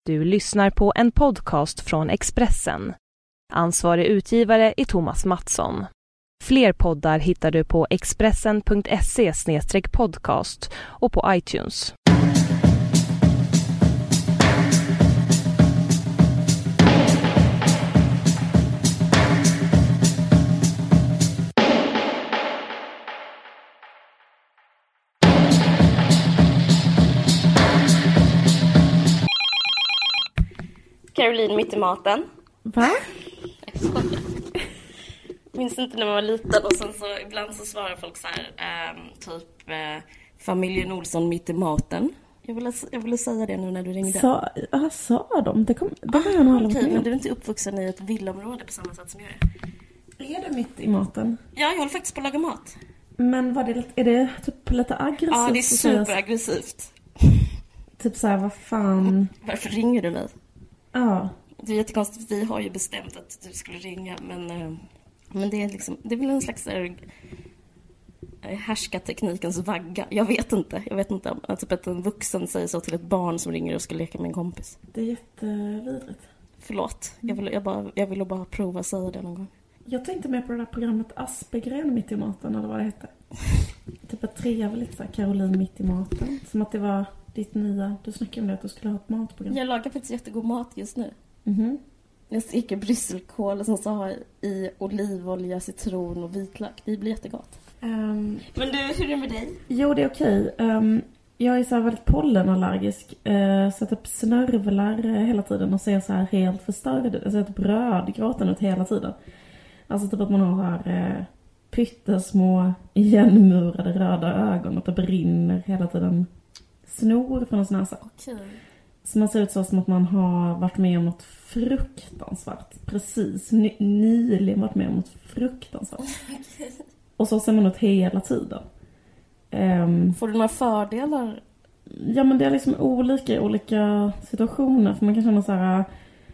Du lyssnar på en podcast från Expressen. Ansvarig utgivare är Thomas Mattsson. Fler poddar hittar du på expressen.se/podcast och på iTunes. Caroline mitt i maten. Va? Minns inte när man var liten och sen så ibland så svarar folk så här familjen Olsson mitt i maten. Jag ville säga det nu när du ringde. Sa de? Det har jag nog aldrig Okej, men du är inte uppvuxen i ett villaområde på samma sätt som jag är. Är det mitt i maten? Ja, jag håller faktiskt på att laga mat. Men är det typ lite aggressivt? Ja, det är superaggressivt. Typ såhär, vad fan? Varför ringer du mig? Ja. Det är jättekonstigt, vi har ju bestämt att du skulle ringa, men det är liksom, det är väl en slags härskarteknikens vagga. Jag vet inte om typ att en vuxen säger så till ett barn som ringer och ska leka med en kompis. Det är jättevidrigt. Förlåt, jag ville bara prova att säga det någon gång. Jag tänkte mer på det där programmet Aspegren mitt i maten, eller vad det hette. Typ ett trevligt såhär, Caroline mitt i maten. Som att det var ditt nya, du snackade om det att du skulle ha ett matprogram. Jag lagar faktiskt jättegod mat just nu. Mhm. Jag steker brysselkål som så har i olivolja, citron och vitlök. Det blir jättegott. Men du, hur är det med dig? Jo, det är okej. Jag är så här väldigt pollenallergisk. Så typ snörvlar hela tiden och ser så här helt förstörd ut. Jag ser typ rödgråten ut hela tiden. Alltså typ att man har pyttesmå igenmurade röda ögon och det brinner hela tiden snor från hans näsa. Okej. Så man ser ut så som att man har varit med om något fruktansvärt. Precis, nyligen varit med om något fruktansvärt. Okay. Och så ser man ut hela tiden. Får du några fördelar? Ja, men det är liksom olika situationer. För man kan känna så här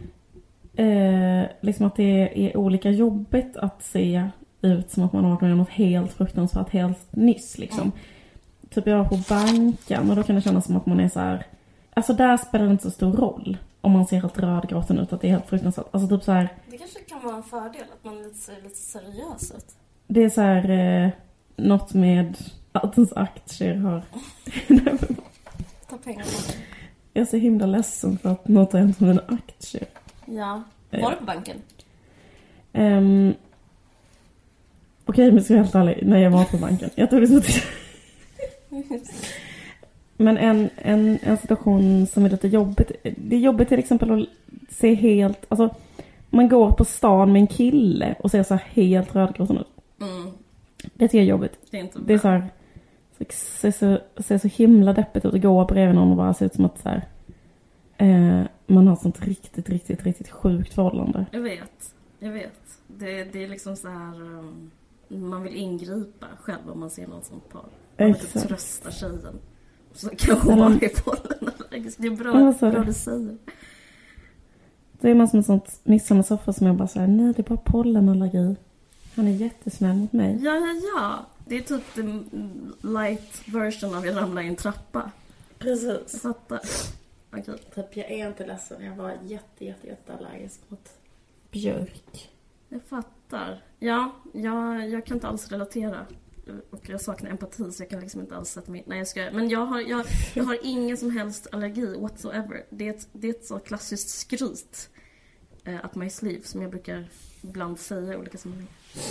liksom att det är olika jobbigt att se ut som att man har varit med om något helt fruktansvärt helt nyss liksom. Typ jag var på banken och då kan det kännas som att man är så här. Alltså där spelar det inte så stor roll om man ser helt rödgråten ut, att det är helt fruktansvärt. Alltså typ så här. Det kanske kan vara en fördel att man ser lite seriös ut. Det är så här något med att ens aktier har ta pengar. Jag är så himla ledsen för att något har hänt med mina aktier. Ja, var du på banken? Okej, men ska jag helt ärlig, när jag var på banken. Jag tog det så till. Men en situation som är lite jobbigt. Det är jobbigt till exempel att se helt. Alltså, man går på stan med en kille och ser så här helt rödgråten ut. Det tycker jag är jobbigt. Det är inte bra. Det är så här. Ser så himla deppigt ut att gå bredvid någon och bara se ut som att så här, man har sånt riktigt sjukt förhållande. Jag vet. Det är liksom så här. Man vill ingripa själv om man ser något sånt par. Man vill inte trösta tjejen. Så kanske hon bara är pollenallergisk. Det är bra du säger. Det är man som en sånt missande soffa som jag bara säger, nej, det är bara pollenallergi. Han är jättesnäll mot mig. Ja. Det är typ the light version av jag ramlar i en trappa. Precis. Jag fattar. Okay. Typ, jag är inte ledsen. Jag var jätte allergisk mot björk. Jag fattar. Ja, jag kan inte alls relatera. Och jag saknar empati så jag kan liksom inte alls sätta mig. Nej, jag ska. Men jag har ingen som helst allergi whatsoever. Det är ett så klassiskt skryt up my sleeve som jag brukar ibland säga i olika sammanhang.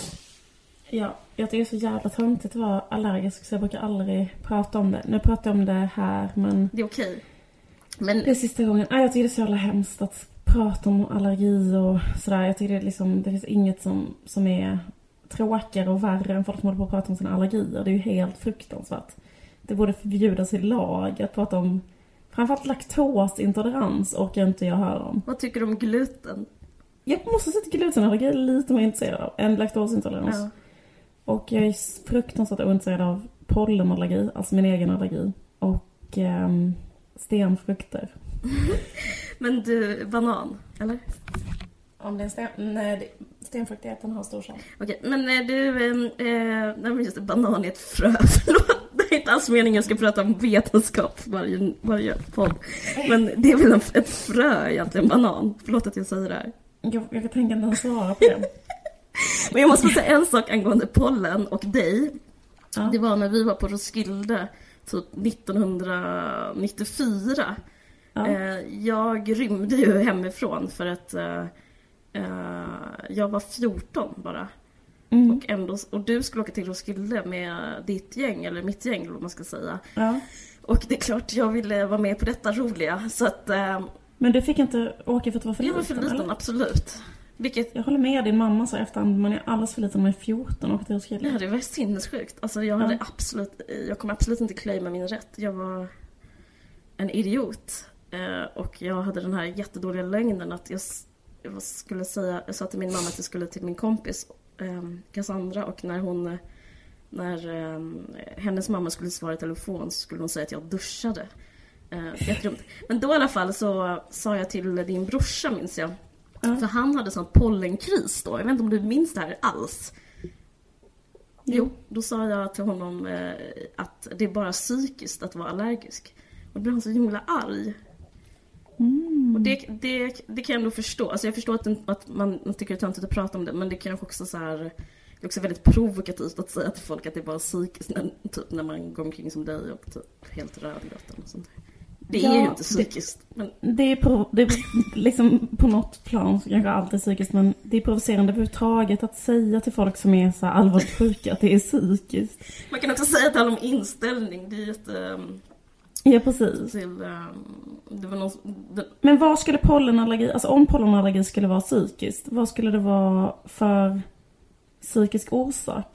Ja, jag tycker det är så jävla töntigt att vara allergisk så jag brukar aldrig prata om det. Nu pratar jag om det här, men det är okej. Men det är sista gången. Jag tycker det är så jävla hemskt att prata om allergi och sådär. Jag tycker det finns inget som är tråkigare och värre än folk som håller på att prata om sina allergier. Det är ju helt fruktansvärt. Det borde förbjudas i lag att prata om framförallt laktosintolerans orkar inte jag höra om. Vad tycker du om gluten? Jag måste säga att glutenallergi är lite mer intresserad av än laktosintolerans. Ja. Och jag är fruktansvärt ointresserad av pollenallergi, alltså min egen allergi. Och stenfrukter. Men du, banan, eller? Om det är nej, stenfrukt är att den har stor chans. Okej, men du, nej men just det, banan är ett frö, förlåt. är inte alls meningen jag ska prata om vetenskap varje podd. Men det är väl ett frö egentligen, banan. Förlåt att jag säger det här. Jag kan tänka inte svara på det. Men jag måste säga en sak angående pollen och dig. Ja. Det var när vi var på Roskilde typ 1994. Ja. Jag rymde ju hemifrån för att jag var 14 bara. Och du skulle åka till Roskilde med ditt gäng, eller mitt gäng eller vad man ska säga. Ja. Och det är klart jag ville vara med på detta roliga. Så att, Men du fick inte åka för att du var för liten? Jag var för liten, eller? Absolut. Jag håller med din mamma så efterhand, man är alldeles för liten, man är 14 och åker till Roskilde. Ja, det var sinnessjukt. Alltså jag kommer absolut inte claima min rätt. Jag var en idiot. Och jag hade den här jättedåliga lögnen att jag sa till min mamma att jag skulle till min kompis Cassandra, och när hennes mamma skulle svara i telefon så skulle hon säga att jag duschade. Jättedumt. Men då i alla fall så sa jag till din brorsa, minns jag. För han hade sån pollenkris då. Jag vet inte om du minns det här alls. Jo, då sa jag till honom att det är bara psykiskt att vara allergisk. Och då blev han så himla arg. Och det kan jag ändå förstå. Alltså jag förstår att man tycker det är töntigt att prata om det. Men det kan också så här, det är också väldigt provokativt att säga till folk att det är bara psykiskt när man går omkring som dig och typ helt rödgröt och sånt där. Det är ju inte psykiskt. Det är liksom på något plan så kanske allt är psykiskt, men det är provocerande överhuvudtaget att säga till folk som är så allvarligt sjuka att det är psykiskt. Man kan också säga att det handlar om inställning. Det är jätte... Ja, precis. Men vad skulle pollenallergi, alltså om pollenallergi skulle vara psykiskt, vad skulle det vara för psykisk orsak?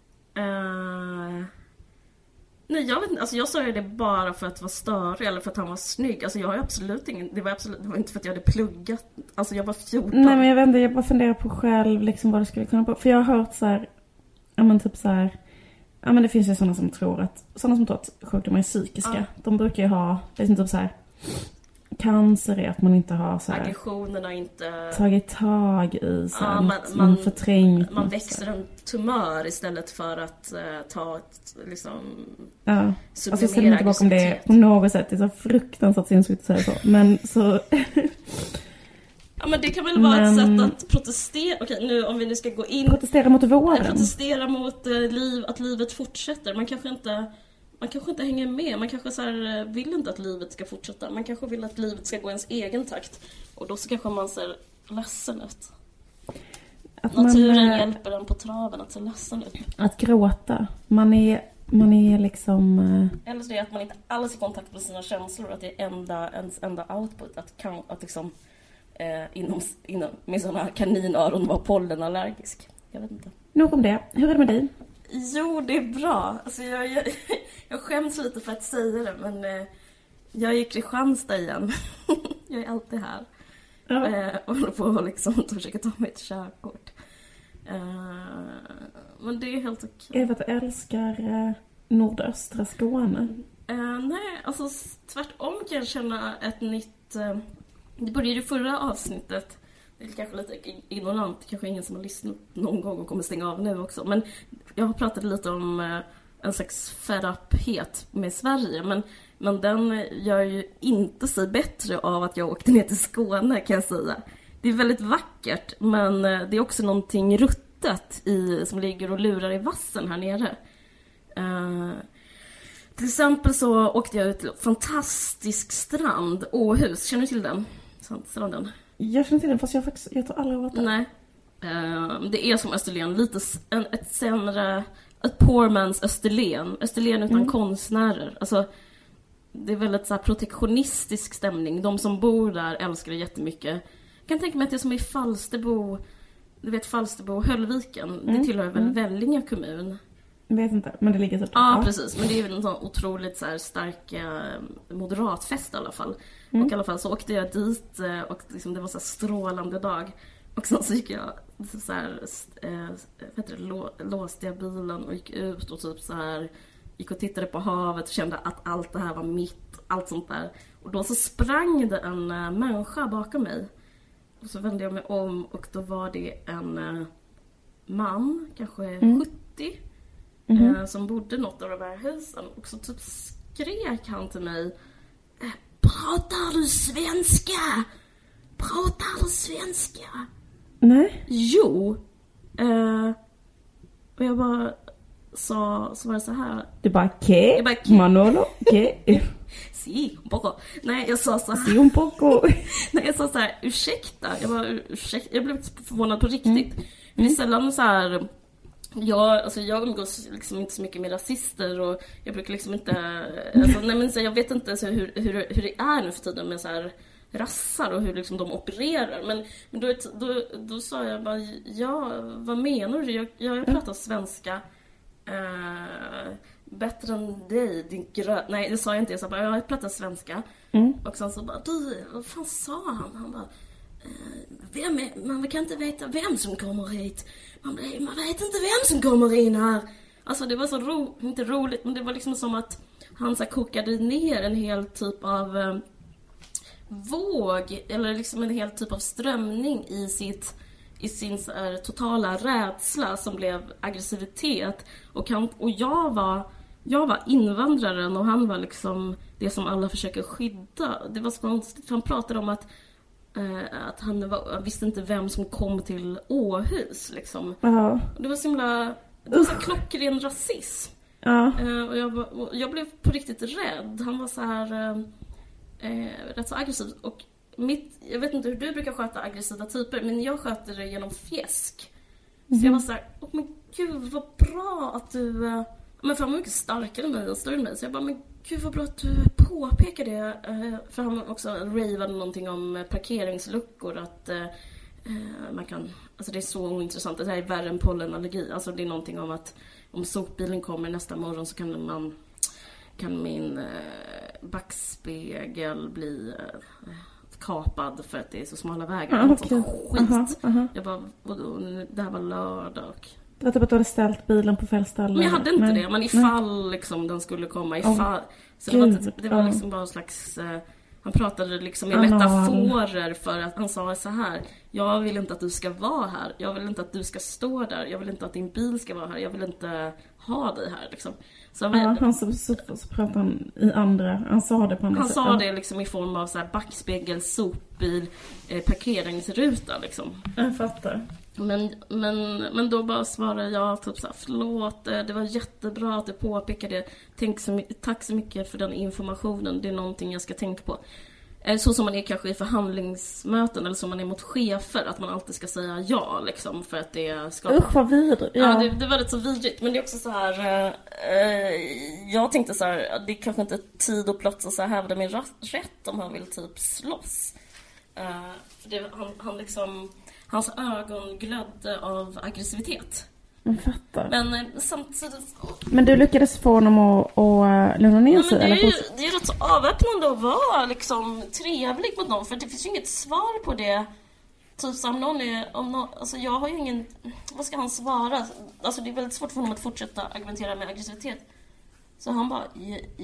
Nej, jag vet inte. Alltså jag sa ju det bara för att vara störig eller för att han var snygg. Alltså jag har absolut ingen... Det var inte för att jag hade pluggat. Alltså jag var 14. Nej, men jag vet inte, jag bara funderar på själv liksom vad det skulle kunna vara. För jag har hört så här, ja men typ så här, ja men det finns ju sådana som tror att sjukdomar är psykiska. De brukar ju ha liksom typ så här, cancer är att man inte har så här aggressionerna inte tagit tag i så här, man förträngt. Man växer en tumör istället för att ta ett liksom alltså jag ställer mig bakom det på något sätt. Det är så fruktansvärt sinnessjukt att säga så. Men så ja, men det kan väl vara ett sätt att protestera. Okej, nu om vi nu ska gå in... Protestera mot våren. Protestera mot att livet fortsätter. Man kanske inte hänger med. Man kanske så här, vill inte att livet ska fortsätta. Man kanske vill att livet ska gå ens egen takt. Och då så kanske man ser ledsen ut. Att naturen hjälper en på traven att se ledsen ut. Att gråta. Man är liksom... Eller så är det att man inte alls är i kontakt med sina känslor. Att det är ens enda output. Att liksom... med sådana kaninöron var pollenallergisk. Jag vet inte. Nog om det. Hur är det med dig? Jo, det är bra. Alltså jag skäms lite för att säga det, men jag är i Kristianstad igen. Jag är alltid här. Och håller på att liksom försöka ta mig ett körkort. Men det är helt okej. Eva, du älskar nordöstra Skåne? Nej, alltså tvärtom kan jag känna ett nytt... Det började ju förra avsnittet. Det är kanske lite ignorant. Kanske ingen som har lyssnat någon gång och kommer stänga av nu också. Men jag har pratat lite om en slags fed-uphet med Sverige. Men den gör ju inte sig bättre av att jag åkte ner till Skåne, kan jag säga. Det är väldigt vackert, men det är också någonting ruttet som ligger och lurar i vassen här nere. Till exempel så åkte jag ut till fantastisk strand, Åhus. Känner du till den? Stranden. Jag känner till den, fast jag tror aldrig varit där. Nej. Det är som Österlen, lite ett sämre, ett poor man's Österlen. Österlen utan konstnärer. Alltså, det är väldigt så här protektionistisk stämning. De som bor där älskar det jättemycket. Jag kan tänka mig att det är som i Falsterbo, du vet Falsterbo och Höllviken. Det tillhör väl Vellinge kommun. Jag vet inte, men det ligger så. Ja, precis. Men det är väl en sån otroligt så här stark moderatfest i alla fall. Och i alla fall så åkte jag dit och liksom, det var så här strålande dag. Och sen så gick jag så här, låste jag bilen och gick ut och typ så här gick och tittade på havet och kände att allt det här var mitt, allt sånt där. Och då så sprang det en människa bakom mig. Och så vände jag mig om och då var det en man, kanske 70. som bodde något av de här husen. Och så typ skrek han till mig: pratar du svenska? Pratar du svenska? Nej. Jo. Och jag bara så var det så här. Du bara, ke? Manolo, ke? Si, un poco. Nej, jag sa så här. Si, un poco. Nej, jag sa så här, ursäkta. Jag blev förvånad på riktigt. Det är sällan så här. Jag umgås liksom inte så mycket med rasister och jag brukar liksom inte jag vet inte så hur det är nu för tiden med så här rassar och hur liksom de opererar, men då sa jag bara, ja, vad menar du? Jag pratar svenska bättre än dig, din nej, det sa jag inte. Jag sa bara, jag pratar svenska. Och sen så bara, du, vad fan sa han? Han bara, man kan inte veta vem som kommer hit. Man vet inte vem som kommer in här. Alltså det var så inte roligt, men det var liksom som att han så kokade ner en hel typ av våg, eller liksom en hel typ av strömning i sin så här, totala rädsla som blev aggressivitet. Och jag var invandraren och han var liksom det som alla försöker skydda. Det var så konstigt, han pratade om att han visste inte vem som kom till Åhus liksom. Det var så himla, det var så klockren rasism. Och jag blev på riktigt rädd. Han var så här rätt så aggressiv. Och jag vet inte hur du brukar sköta aggressiva typer, men jag sköter det genom fjäsk. Så jag var så här, men gud vad bra att du men för han var mycket starkare än mig och större än mig. Så jag bara, men gud vad bra att du påpekar det. För han också ravade någonting om parkeringsluckor. Att man kan, alltså det är så ointressant. Det här är värre än pollenallergi. Alltså det är någonting om att om sopbilen kommer nästa morgon så kan min backspegel bli kapad för att det är så smala vägar. Skit. Jag bara, det här var lördag. Det var typ att du hade ställt bilen på fällstallen. Men jag hade inte det, men ifall liksom den skulle komma ifall. Så det var liksom bara en slags han pratade liksom i metaforer för att han sa så här: jag vill inte att du ska vara här. Jag vill inte att du ska stå där. Jag vill inte att din bil ska vara här. Jag vill inte ha dig här liksom. Så han så pratade han i andra. Han sa det på andra sätt. Han sa det liksom i form av så här backspegel, sopbil, parkeringsruta liksom. Jag fattar. Men då bara svarade jag typ så här, förlåt, det var jättebra att du påpekade det. Tack så mycket för den informationen. Det är någonting jag ska tänka på. Så som man är kanske i förhandlingsmöten eller som man är mot chefer, att man alltid ska säga ja liksom, för att det skapar... Usch vad vidrigt. Ja, det var lite så vidrigt. Men det är också så här jag tänkte så här, det är kanske inte tid och plats att så här hävda min rätt om han vill typ slåss. Han liksom, hans ögon glödde av aggressivitet. Jag fattar. Men samtidigt... Men du lyckades få honom att lugna ner sig? Det är rätt så avväpnande att vara liksom trevlig mot någon. För det finns ju inget svar på det. Typ som alltså jag har ju ingen... Vad ska han svara? Alltså det är väldigt svårt för honom att fortsätta argumentera med aggressivitet. Så han bara,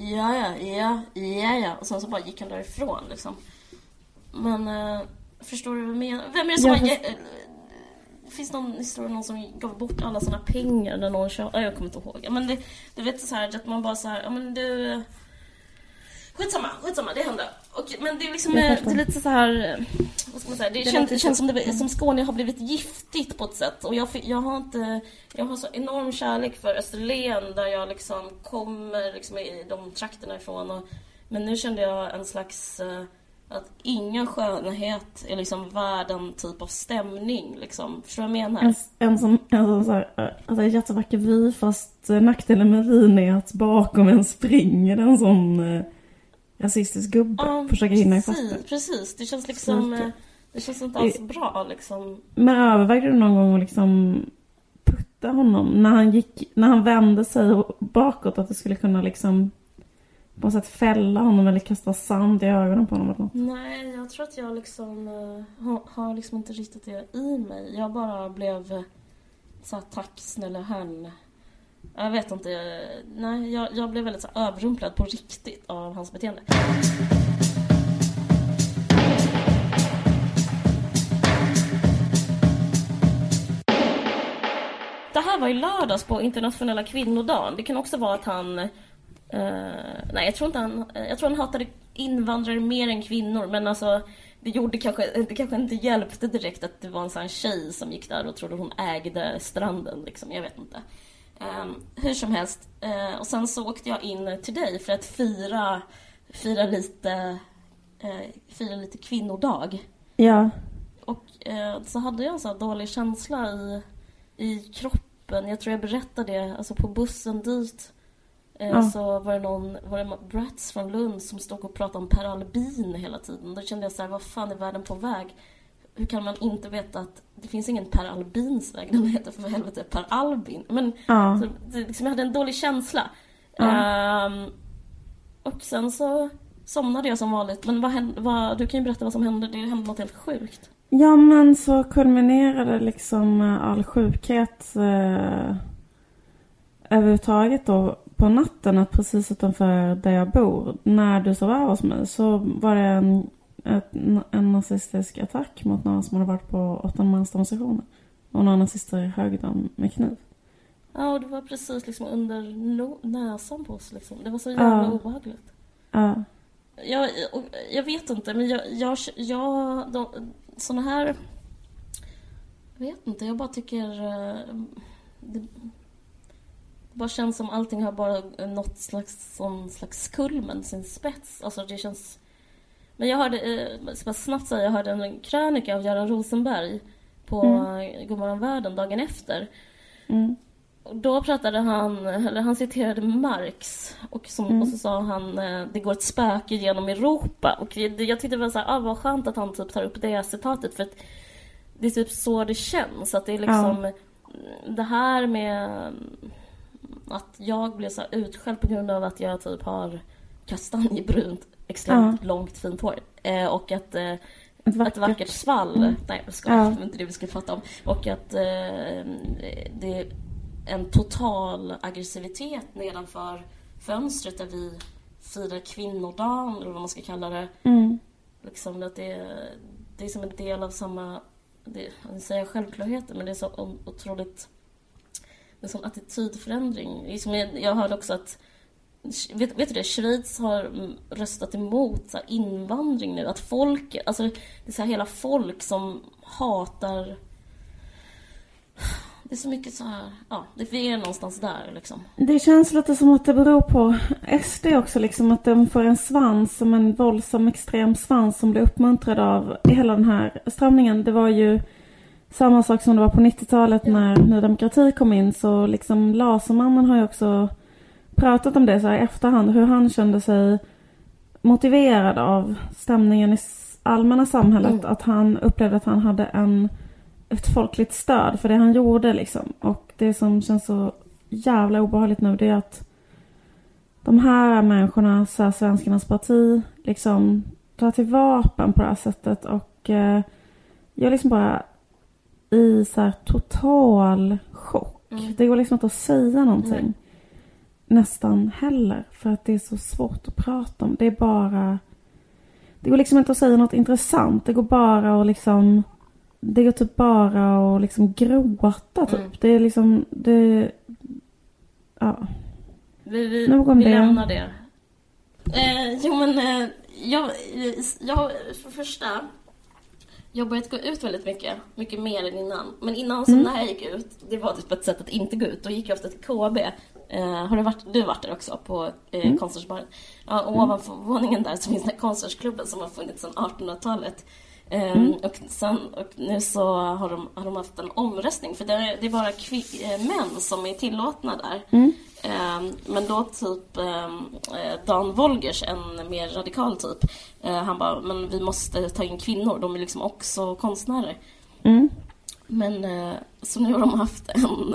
ja. Och sen så bara gick han därifrån liksom. Men förstår du vad jag menar? Vem är det som har... Finns någon historia, någon som gav bort alla såna pengar när någon kör... jag kommer inte ihåg. Men det vet så här att man bara så här, ja men du... Skitsamma, det hände. Men det är liksom det är lite så här, vad ska man säga? Det känns som Skåne har blivit giftigt på ett sätt. Och jag har så enorm kärlek för Österlen där jag liksom kommer liksom i de trakterna ifrån. Men nu kände jag en slags... att ingen skönhet är liksom världen typ av stämning liksom. Förstår du vad jag menar? En så här, alltså en jättevacker vy, fast nackdelen med vyn är att bakom en springer en sån rasistisk gubbe. Försöker hinna ifatt det. Precis, det känns liksom det känns inte alls bra liksom. Men övervägde du någon gång att liksom putta honom när han vände sig bakåt, att du skulle kunna liksom på något sätt fälla honom eller kasta sand i ögonen på honom eller något? Nej, jag tror att jag liksom har liksom inte riktigt det i mig. Jag bara blev så här, tack snälla herrn. Jag vet inte. Nej, jag blev väldigt så här, överrumplad på riktigt av hans beteende. Det här här var i lördags på internationella kvinnodagen. Det kan också vara att han... nej, jag tror han hatade invandrare mer än kvinnor. Men alltså, det kanske inte hjälpte direkt att det var en sån tjej som gick där och trodde hon ägde stranden. Liksom. Jag vet inte. Hur som helst. Och sen så åkte jag in till dig för att fira lite kvinnodag. Ja. Och så hade jag en sån här dålig känsla i kroppen. Jag tror jag berättade det. Alltså på bussen dit så var det brats från Lund som stod och pratade om Per Albin hela tiden. Då kände jag så här, vad fan är världen på väg? Hur kan man inte veta att det finns ingen Per Albins väg? Den heter för helvete Per Albin. Men så, liksom, jag hade en dålig känsla. Och sen så somnade jag som vanligt. Men du kan ju berätta vad som hände. Det hände något helt sjukt. Ja, men så kulminerade liksom all sjukhet överhuvudtaget då på natten, att precis utanför där jag bor, när du sov över hos mig, så var det en nazistisk attack mot någon som hade varit på 8 mansdemonstrationer. Och några nazister högg dem med kniv. Ja, och det var precis liksom under näsan på oss liksom. Det var så jävla obehagligt. Ja. Jag vet inte, men såna här... Jag vet inte, jag bara tycker... Det bara känns som allting har bara nått slags kulmen, sin spets. Alltså det känns... Men jag hörde, snabbt säga, jag hörde en krönika av Göran Rosenberg på Godmorgon Världen dagen efter. Och då pratade han citerade Marx och så sa han det går ett spöke genom Europa. Och jag tyckte det var så här, vad skönt att han typ tar upp det citatet, för att det är typ så det känns, att det är liksom det här med att jag blev så här utskälld på grund av att jag typ har kastanjebrunt extremt långt fint hår och att ett vackert svall. Nej, det är inte det vi ska prata om. Och att det är en total aggressivitet nedanför fönstret där vi firar kvinnodagen, eller vad man ska kalla det. Liksom att det är som en del av samma, jag säger självklarheter, men det är så otroligt, det är sån attitydförändring. Jag hörde också att vet du det, Schweiz har röstat emot så här invandring nu, att folk, alltså det är så här hela folk som hatar, det är så mycket så här, det är någonstans där liksom. Det känns lite som att det beror på SD också liksom, att de får en svans, som en våldsam extrem svans som blir uppmuntrad av hela den här strömningen. Det var ju samma sak som det var på 90-talet när Ny Demokrati kom in, så liksom Lasermannen har ju också pratat om det så här i efterhand, hur han kände sig motiverad av stämningen i allmänna samhället, att han upplevde att han hade ett folkligt stöd för det han gjorde liksom. Och det som känns så jävla obehagligt nu, det är att de här människorna, så här, svenskarnas parti, liksom tar till vapen på det här sättet, och jag liksom bara i så här total chock. Det går liksom inte att säga någonting nästan heller, för att det är så svårt att prata om. Det går liksom inte att säga något intressant. Det går bara att liksom, det går typ bara att liksom gråta typ. Det är liksom vi lämnar det. Jag för första, jag har börjat gå ut väldigt mycket mer än innan. Men innan så när jag gick ut, det var typ ett sätt att inte gå ut. Då gick jag ofta till KB. Har du varit där också på konstnärsbaren? Ja, och ovanför våningen där så finns den här konstnärsklubben som har funnits sedan 1800-talet. Och nu så har de haft en omröstning, för det är bara män som är tillåtna där. Men då typ Dan Wolgers, en mer radikal typ, han bara, men vi måste ta in kvinnor, de är liksom också konstnärer. Men så nu har de haft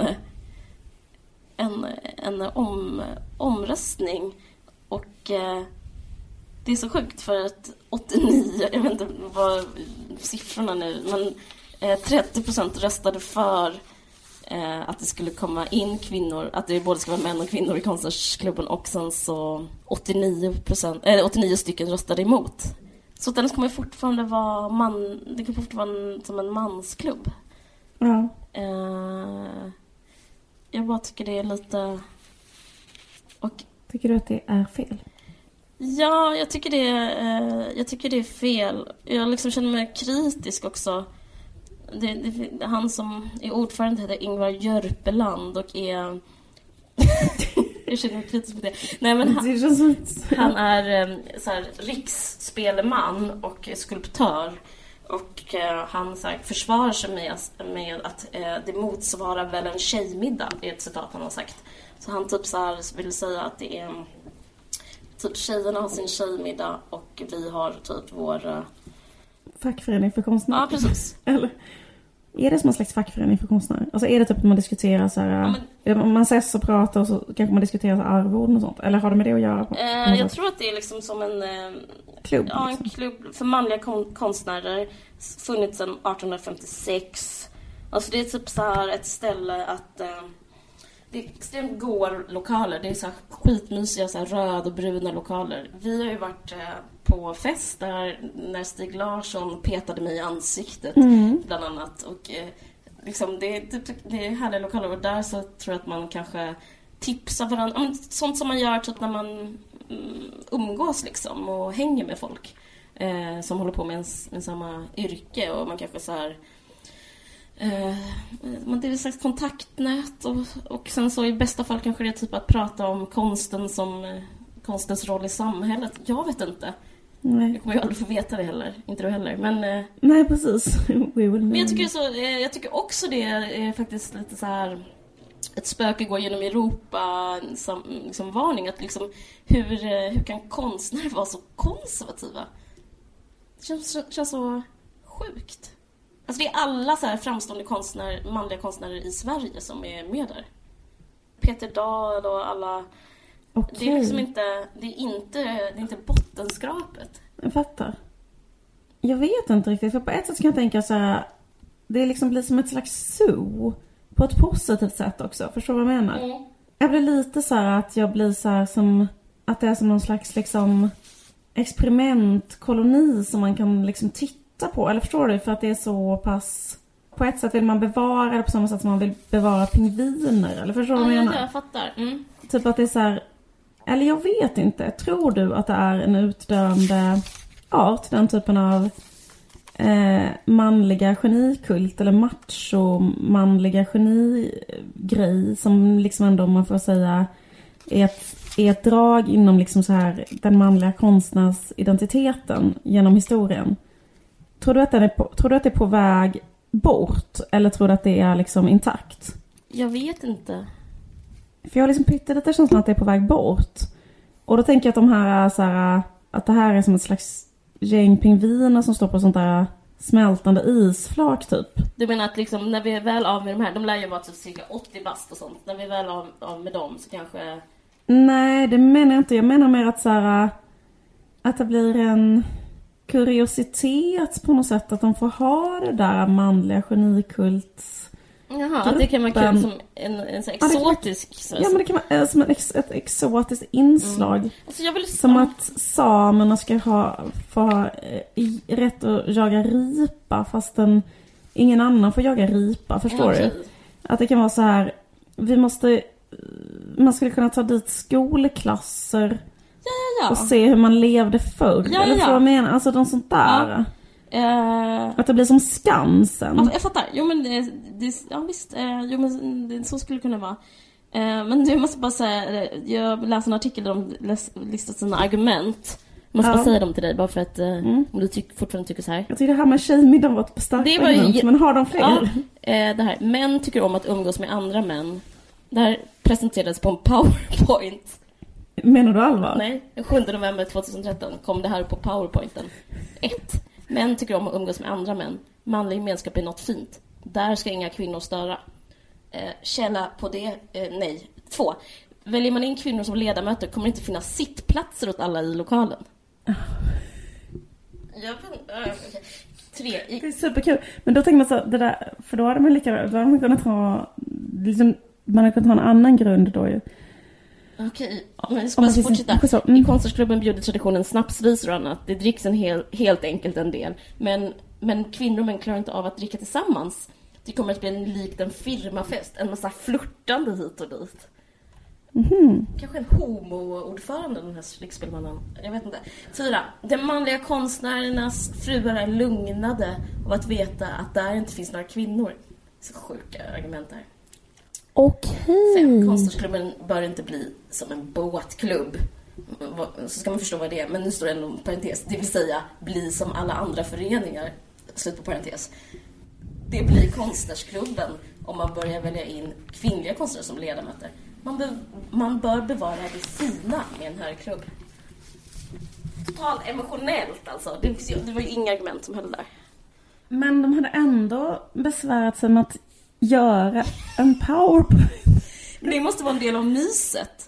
en omröstning, och det är så sjukt, för att 89, jag vet inte vad siffrorna nu, men 30% röstade för att det skulle komma in kvinnor, att det både ska vara män och kvinnor i konstnärsklubben, och sen så 89 stycken röstade emot. Så den kommer fortfarande vara det kan fortfarande vara som en mansklubb. Jag bara tycker det är lite... Och... Tycker du att det är fel? Ja, jag tycker det är fel. Jag liksom känner mig kritisk också. Han som är ordförande heter Ingvar Jörpeland och är... jag känner mig kritisk på det. Nej, men han är så här, riksspeleman och skulptör. Och han så här, försvarar sig med att det motsvarar väl en tjejmiddag. Det är ett citat han har sagt. Så han typ så här vill säga att det är... Typ tjejerna har sin tjejmiddag och vi har typ vår... Fackförening för konstnärer. Ja, precis. Eller är det som en slags fackförening för konstnärer? Alltså är det typ att man diskuterar så här... man ses och pratar och så kanske man diskuterar så arvoden och sånt? Eller har det med det att göra? Jag tror att det är liksom som en... klubb? Ja, en klubb för manliga konstnärer. Funnits sedan 1856. Alltså det är typ så här ett ställe att... Det är extremt goda lokaler. Det är så här skitmysiga så här röd och bruna lokaler. Vi har ju varit på fest där när Stig Larsson petade mig i ansiktet bland annat. Och liksom det är härliga lokaler. Och där så tror jag att man kanske tipsar varandra. Sånt som man gör typ när man umgås liksom och hänger med folk som håller på med samma yrke. Och man kanske så här... det är ett slags kontaktnät och sen så i bästa fall kanske det är typ att prata om konstens roll i samhället. Jag vet inte. Nej. Jag kommer ju aldrig få veta det heller. Inte du heller. Men, nej, precis. Men jag tycker också det är faktiskt lite så här ett spöke går genom Europa som liksom varning att liksom hur kan konstnärer vara så konservativa? Det känns så sjukt. Alltså det är alla så här framstående manliga konstnärer i Sverige som är med där. Peter Dahl och alla. Okay. Det är liksom inte bottenskrapet. Jag fattar. Jag vet inte riktigt. För på ett sätt kan jag tänka så här, det liksom blir som ett slags zoo på ett positivt sätt också. Förstår du vad jag menar? Jag blir lite så här att jag blir så här som att det är som någon slags liksom experimentkoloni som man kan liksom titta på, eller förstår du? För att det är så pass... På ett sätt vill man bevara det på samma sätt som man vill bevara pingviner. Eller förstår du vad jag menar? Jag fattar. Typ att det är så här... Eller jag vet inte. Tror du att det är en utdöende art, den typen av manliga genikult eller macho manliga genigrej som liksom ändå man får säga är ett drag inom liksom så här den manliga konstnärsidentiteten genom historien? Tror du att det är på väg bort? Eller tror du att det är liksom intakt? Jag vet inte. För jag har liksom pyttelite känslan att det är på väg bort. Och då tänker jag att de här, så här att det här är som ett slags gäng pingviner som står på sånt där smältande isflak typ. Du menar att liksom när vi är väl av med de här, de lär ju vara typ cirka 80 bast och sånt. När vi är väl av med dem så kanske... Nej, det menar jag inte. Jag menar mer att så här, att det blir en... kuriositet på något sätt att de får ha det där manliga genikult. Jaha, att det kan vara kul som en så exotisk... Ja, men det kan vara som ett exotiskt inslag. Alltså som att samerna ska få ha rätt att jaga ripa fastän ingen annan får jaga ripa, förstår du? Att det kan vara så här, man skulle kunna ta dit skolklasser. Ja. Och se hur man levde förr. Ja. Eller så jag menar, alltså de sånt där. Att det blir som Skansen. Jag fattar. Jo men ja visst. Jo men det, så skulle det kunna vara. Men du måste bara säga, jag läste en artikel där de listat sina argument. Jag måste bara säga dem till dig bara för att om du fortfarande tycker så här. Jag tycker det här med tjejmiddag var ett starkt argument, men har de fler? Ja, det här, män tycker om att umgås med andra män. Det här presenterades på en PowerPoint. Menar du allvar? Nej, den 7 november 2013 kom det här på PowerPointen. 1. Män tycker om att umgås med andra män. Manlig gemenskap är något fint. Där ska inga kvinnor störa. Källa på det, nej. 2. Väljer man in kvinnor som ledamöter kommer det inte finnas sittplatser åt alla i lokalen. 3. Det är superkul. Men då tänker man så, det där, för då hade man kunnat ha liksom, man hade kunnat ha en annan grund då ju. Okej, men jag ska bara fortsätta. I konstnärsklubben bjuder traditionen snapsvisor och annat. Det dricks helt enkelt en del. Men kvinnor och män klarar inte av att dricka tillsammans. Det kommer att bli en likt en firmafest. En massa flörtande hit och dit. Kanske en homo-ordförande, den här riksspelmannen. Jag vet inte. 4. De manliga konstnärernas fruar är lugnade av att veta att där inte finns några kvinnor. Så sjuka argument där. Okej. 5. Konstnärsklubben bör inte bli som en båtklubb. Så ska man förstå vad det är. Men nu står det en parentes. Det vill säga, bli som alla andra föreningar. Slut på parentes. Det blir konstnärsklubben om man börjar välja in kvinnliga konstnärer som ledamöter. Man bör bevara det fina med en här klubb. Totalt emotionellt alltså. Det var ju inga argument som höll där. Men de hade ändå besvärat sig med att göra en PowerPoint. Men det måste vara en del av myset.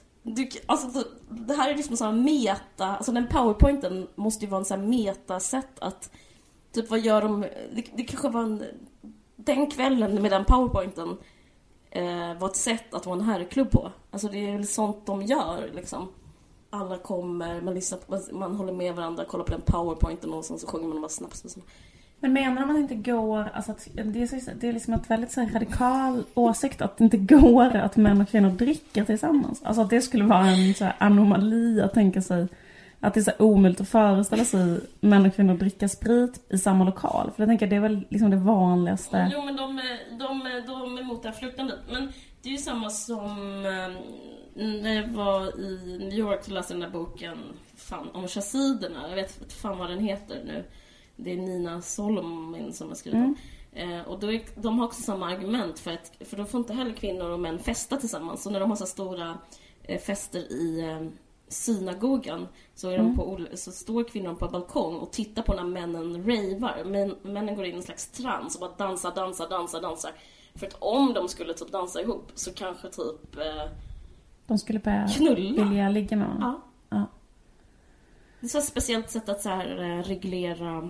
Det här är liksom sån meta. Alltså den PowerPointen måste ju vara en sån här meta-sätt att typ vad gör de. Det kanske var den kvällen med den PowerPointen var ett sätt att vara en herrklubb på. Alltså det är väl sånt de gör liksom. Alla kommer, man lyssnar, man håller med varandra, kollar på den PowerPointen och så sjunger man bara snaps och så. Men menar de att det inte går, alltså att det är liksom ett väldigt så här radikal åsikt att det inte går att män och kvinnor dricker tillsammans. Alltså att det skulle vara en så här anomali att tänka sig att det är så omöjligt att föreställa sig män och kvinnor dricka sprit i samma lokal. För jag tänker det är väl liksom det vanligaste. Jo, men de är emot det här flörtandet. Men det är ju samma som när jag var i New York och läste den där boken om chassiderna. Jag vet inte vad den heter nu. Det är Nina Solomon som har skrivit om. Och de har också samma argument för då får inte heller kvinnor och män festa tillsammans. Så när de har så stora fester i synagogan så så står kvinnorna på balkong och tittar på när männen ravar. Männen går in i en slags trans och bara dansar. För att om de skulle typ dansa ihop så kanske typ de skulle börja knulla. Vilja ligga med honom. Ja. Det är så ett speciellt sätt att så här reglera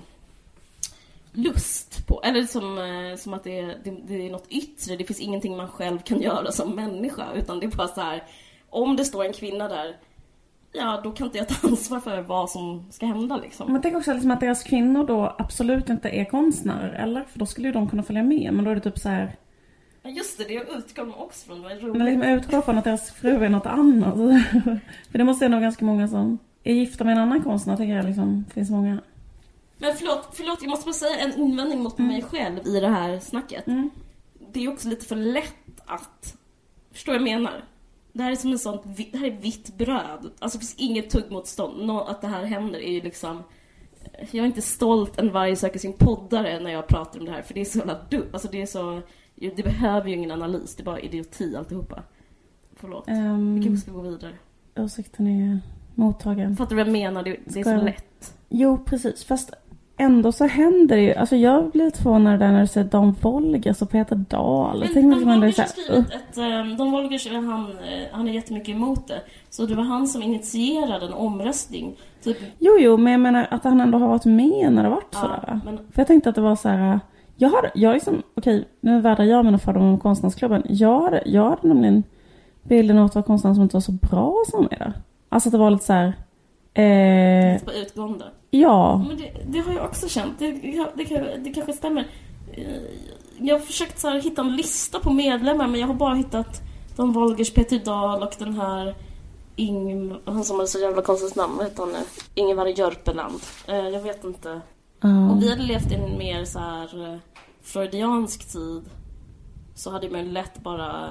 lust på. Eller som att det är något yttre. Det finns ingenting man själv kan göra som människa. Utan det är bara så här, om det står en kvinna där, ja, då kan inte jag ta ansvar för vad som ska hända liksom. Men tänk också liksom att deras kvinnor då absolut inte är konstnärer, eller? För då skulle ju de kunna följa med. Men då är det typ så här. Ja, just det jag utgår de också från. Men liksom utgår från att deras fru är något annat. För det måste nog ganska många som är gifta med en annan konstnär, tycker jag liksom. Det finns många. Men förlåt, jag måste bara säga en invändning mot mig själv i det här snacket. Det är också lite för lätt att, förstår jag menar? Det här är som en sån, det här är vitt bröd. Alltså det finns inget tuggmotstånd. Att det här händer är ju liksom, jag är inte stolt en varje söker sin poddare när jag pratar om det här. För det är så jävla dumt. Alltså det är så, det behöver ju ingen analys. Det är bara idioti alltihopa. Förlåt. Vi kanske ska gå vidare. Åsikten är mottagen. Fattar du vad jag menar? Det är så lätt. Jo, precis. Fast ändå så händer det ju. Alltså jag blir förvånad där när du säger Dan Wolgers och Peter Dahl. Men Dan Wolgers har skrivit Dan Wolgers, han är jättemycket emot det. Så det var han som initierade en omröstning. Typ. Jo, men jag menar att han ändå har varit med när det har varit sådär. Men... För jag tänkte att det var så här. Jag liksom, okej, nu värdar jag mina fördomar om konstnärsklubben. Jag hade nämligen bilden av att det var konstnärer som inte var så bra som är det. Alltså att det var lite så här. Lite på utgående. Ja. Men det har jag också känt. Det kanske stämmer. Jag har försökt så här hitta en lista på medlemmar, men jag har bara hittat Dan Wolgers, Peter Dahl och den här han som har så jävla konstigt namn, vad heter han nu? Ingvar Jörpeland. Jag vet inte. Och vi hade levt i en mer så här freudiansk tid, så hade man lätt bara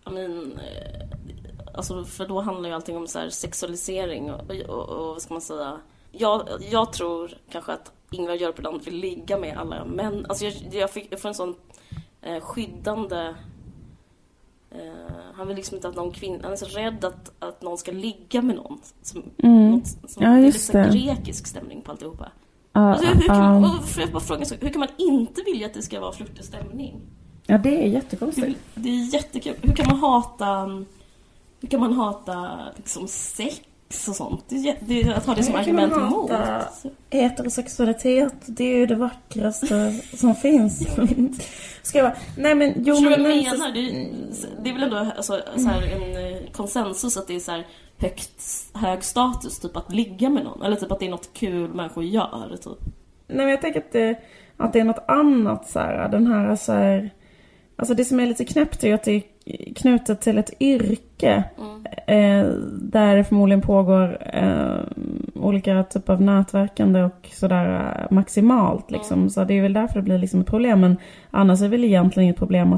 alltså för då handlar ju allting om så här sexualisering och vad ska man säga. Jag tror kanske att Ingvar Jörpeland vill ligga med alla män. Alltså jag får en sån skyddande. Han vill liksom inte att någon kvinna, han är så rädd att någon ska ligga med någon som ja, just det är lite grekisk stämning på alltihopa. Alltså, hur kan man inte vilja att det ska vara flörtig stämning? Ja, det är jättekonstigt. Det är jättekul. Hur kan man hata liksom sex och sånt? Det är att ha det som argument emot. Heterosexualitet, det är ju det vackraste som finns. Ska jag nej men jo, men jag menar det är väl ändå alltså, så här, en konsensus att det är så här hög status typ att ligga med någon, eller typ att det är något kul människor gör typ. Nej, men jag tänker att det är något annat så här, den här så här Alltså det som är lite knäppt är att det är knutet till ett yrke. Där det förmodligen pågår olika typer av nätverkande och sådär maximalt liksom. Så det är väl därför det blir liksom ett problem. Men annars är det väl egentligen inget problem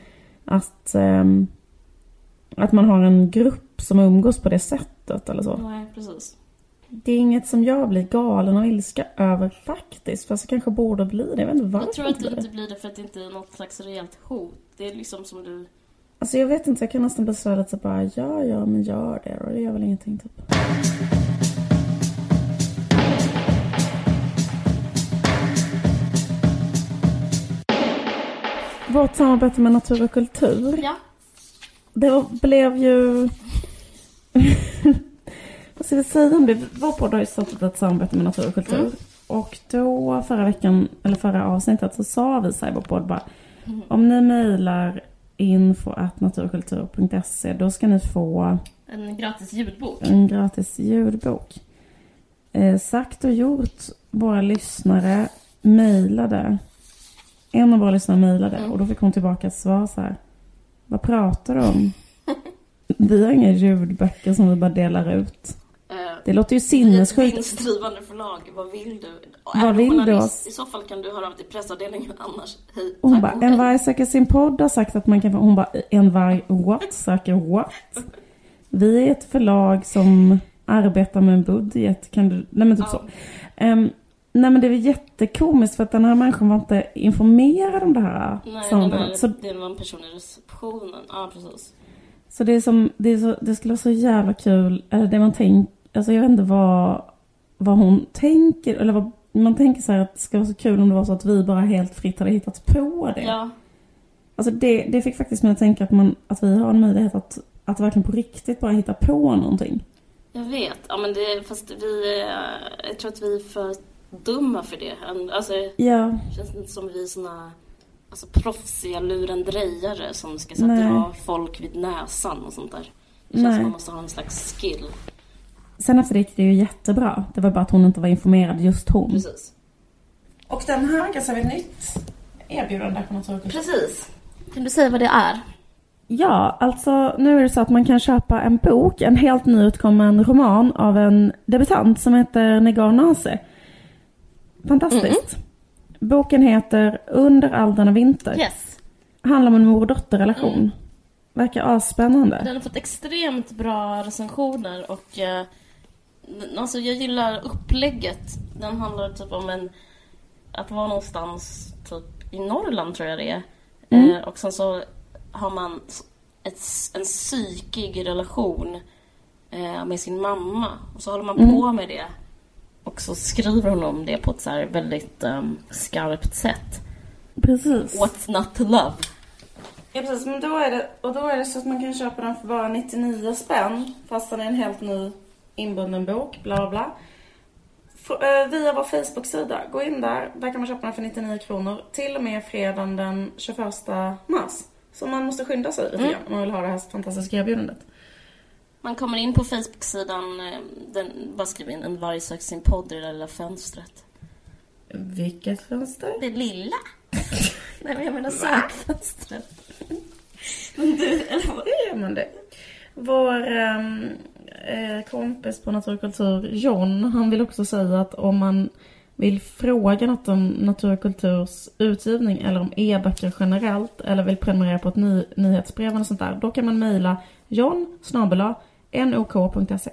att man har en grupp som umgås på det sättet eller så. Nej, precis. Det är inget som jag blir galen och ilska över faktiskt. Fast jag kanske borde bli det. Jag vet inte varför. Jag tror att du inte blir det för att det inte är något slags rejält hot. Det är liksom som du... Alltså jag vet inte, jag kan nästan bli så lite bara ja, men gör det. Och det gör väl ingenting typ. Vårt samarbete med natur och kultur. Ja. Det blev ju... Vad ska vi säga om det? Vår podd har ju startat ett samarbete med natur och kultur. Och då förra avsnittet så sa vi så här i vår podd bara om ni mejlar info@naturkultur.se då ska ni få en gratis ljudbok. Sagt och gjort, våra lyssnare mejlade. En av våra lyssnare mejlade och då fick hon tillbaka ett svar så här: vad pratar du om? Vi har inga ljudböcker som vi bara delar ut. Det låter ju sinnessjukt. Vinstdrivande förlag, vad vill du? Vad vill du? I så fall kan du höra av till pressavdelningen annars. Hej, hon bara, en varg söker sin podd har sagt att man kan... Hon bara, en varg söker what? Vi är ett förlag som arbetar med en budget. Kan du... Nej men typ så. Nej men det är jättekomiskt för att den här människan var inte informerad om det här. Nej, det var en person i receptionen. Ja, precis. Så det skulle vara så jävla kul. Det man tänker, alltså jag vet inte vad hon tänker. Eller vad man tänker så här att det ska vara så kul om det var så att vi bara helt fritt hade hittat på det. Ja. Alltså det fick faktiskt mig att tänka att vi har en möjlighet att verkligen på riktigt bara hitta på någonting. Jag vet. Ja men jag tror att vi är för dumma för det. Alltså det känns inte som vi är såna... Alltså proffsiga lurendrejare som ska dra folk vid näsan och sånt där. Det känns som man måste ha en slags skill. Sen efter det gick det ju jättebra. Det var bara att hon inte var informerad, just hon. Precis. Och den här ganska ett nytt erbjudande på något sätt. Precis. Kan du säga vad det är? Ja, alltså nu är det så att man kan köpa en bok, en helt nyutkommen roman av en debutant som heter Negar Nase. Fantastiskt. Boken heter Under all denna vinter. Yes. Handlar om en mor-dotter-relation. Verkar asspännande. Den har fått extremt bra recensioner och alltså jag gillar upplägget. Den handlar typ om att vara någonstans typ i Norrland tror jag det är. Och sen så har man en psykig relation med sin mamma. Och så håller man på med det. Och så skriver hon om det på ett så här väldigt skarpt sätt. Precis. What's not to love? Ja, precis. Men då är det så att man kan köpa den för bara 99 spänn. Fast den är en helt ny inbunden bok. Bla bla bla. Via vår Facebook-sida. Gå in där. Där kan man köpa den för 99 kronor. Till och med fredagen den 21 mars. Så man måste skynda sig lite grann om man vill ha det här fantastiska erbjudandet. Man kommer in på Facebook-sidan, bara skriver in en varg söker sin podd i det lilla fönstret. Vilket fönster? Det lilla. Nej, men jag menar sökfönstret. Men du, eller vad? Ja, men det. Vår kompis på Naturkultur, John, han vill också säga att om man vill fråga något om Naturkulturs utgivning eller om e-böcker generellt eller vill prenumerera på ett nyhetsbrev och sånt där, då kan man mejla john@nok.se.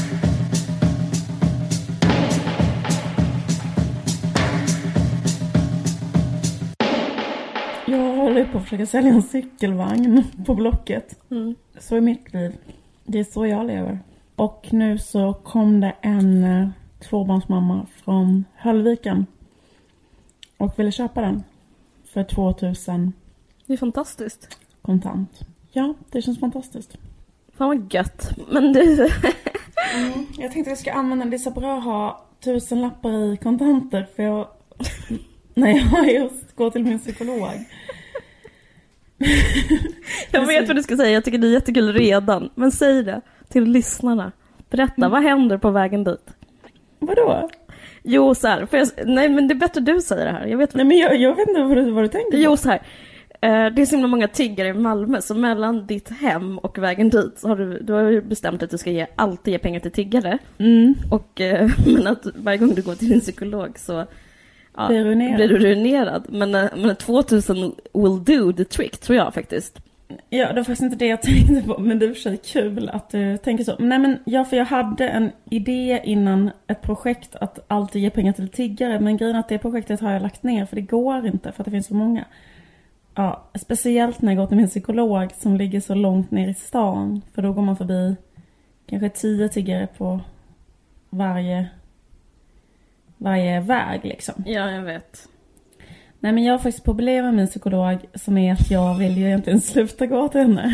Jag håller på att försöka sälja en cykelvagn på Blocket. Så är mitt liv. Det är så jag lever. Och nu så kom det en tvåbarnsmamma från Höllviken och ville köpa den för 2000. Det är fantastiskt. Kontant. Ja, det känns fantastiskt. Fan vad gött. Men du... Jag tänkte att jag ska använda det. Det är så bra att ha 1000 lappar i kontanter. För jag... när jag just går till min psykolog. Jag vet vad du ska säga. Jag tycker det är jättekul redan. Men säg det till lyssnarna. Berätta, vad händer på vägen dit? Vadå? Jo, så här. Nej, men det är bättre du säger det här. Jag vet Nej, men jag vet inte vad du tänker. Jo, så här. det är så himla många tiggare i Malmö, så mellan ditt hem och vägen dit så har du har ju bestämt att du ska alltid ge pengar till tiggare. Och, men att varje gång du går till din psykolog så blir du ruinerad. Men 2000 will do the trick, tror jag faktiskt. Ja, det var faktiskt inte det jag tänkte på, men det är för sig kul att du tänker så. Nej, men för jag hade en idé innan ett projekt att alltid ge pengar till tiggare, men grejen är att det projektet har jag lagt ner för det går inte, för att det finns så många. Ja, speciellt när jag går till min psykolog som ligger så långt ner i stan, för då går man förbi kanske 10 tiggare på varje väg liksom. Ja, jag vet. Nej, men jag har faktiskt problem med min psykolog som är att jag vill ju egentligen sluta gå till henne.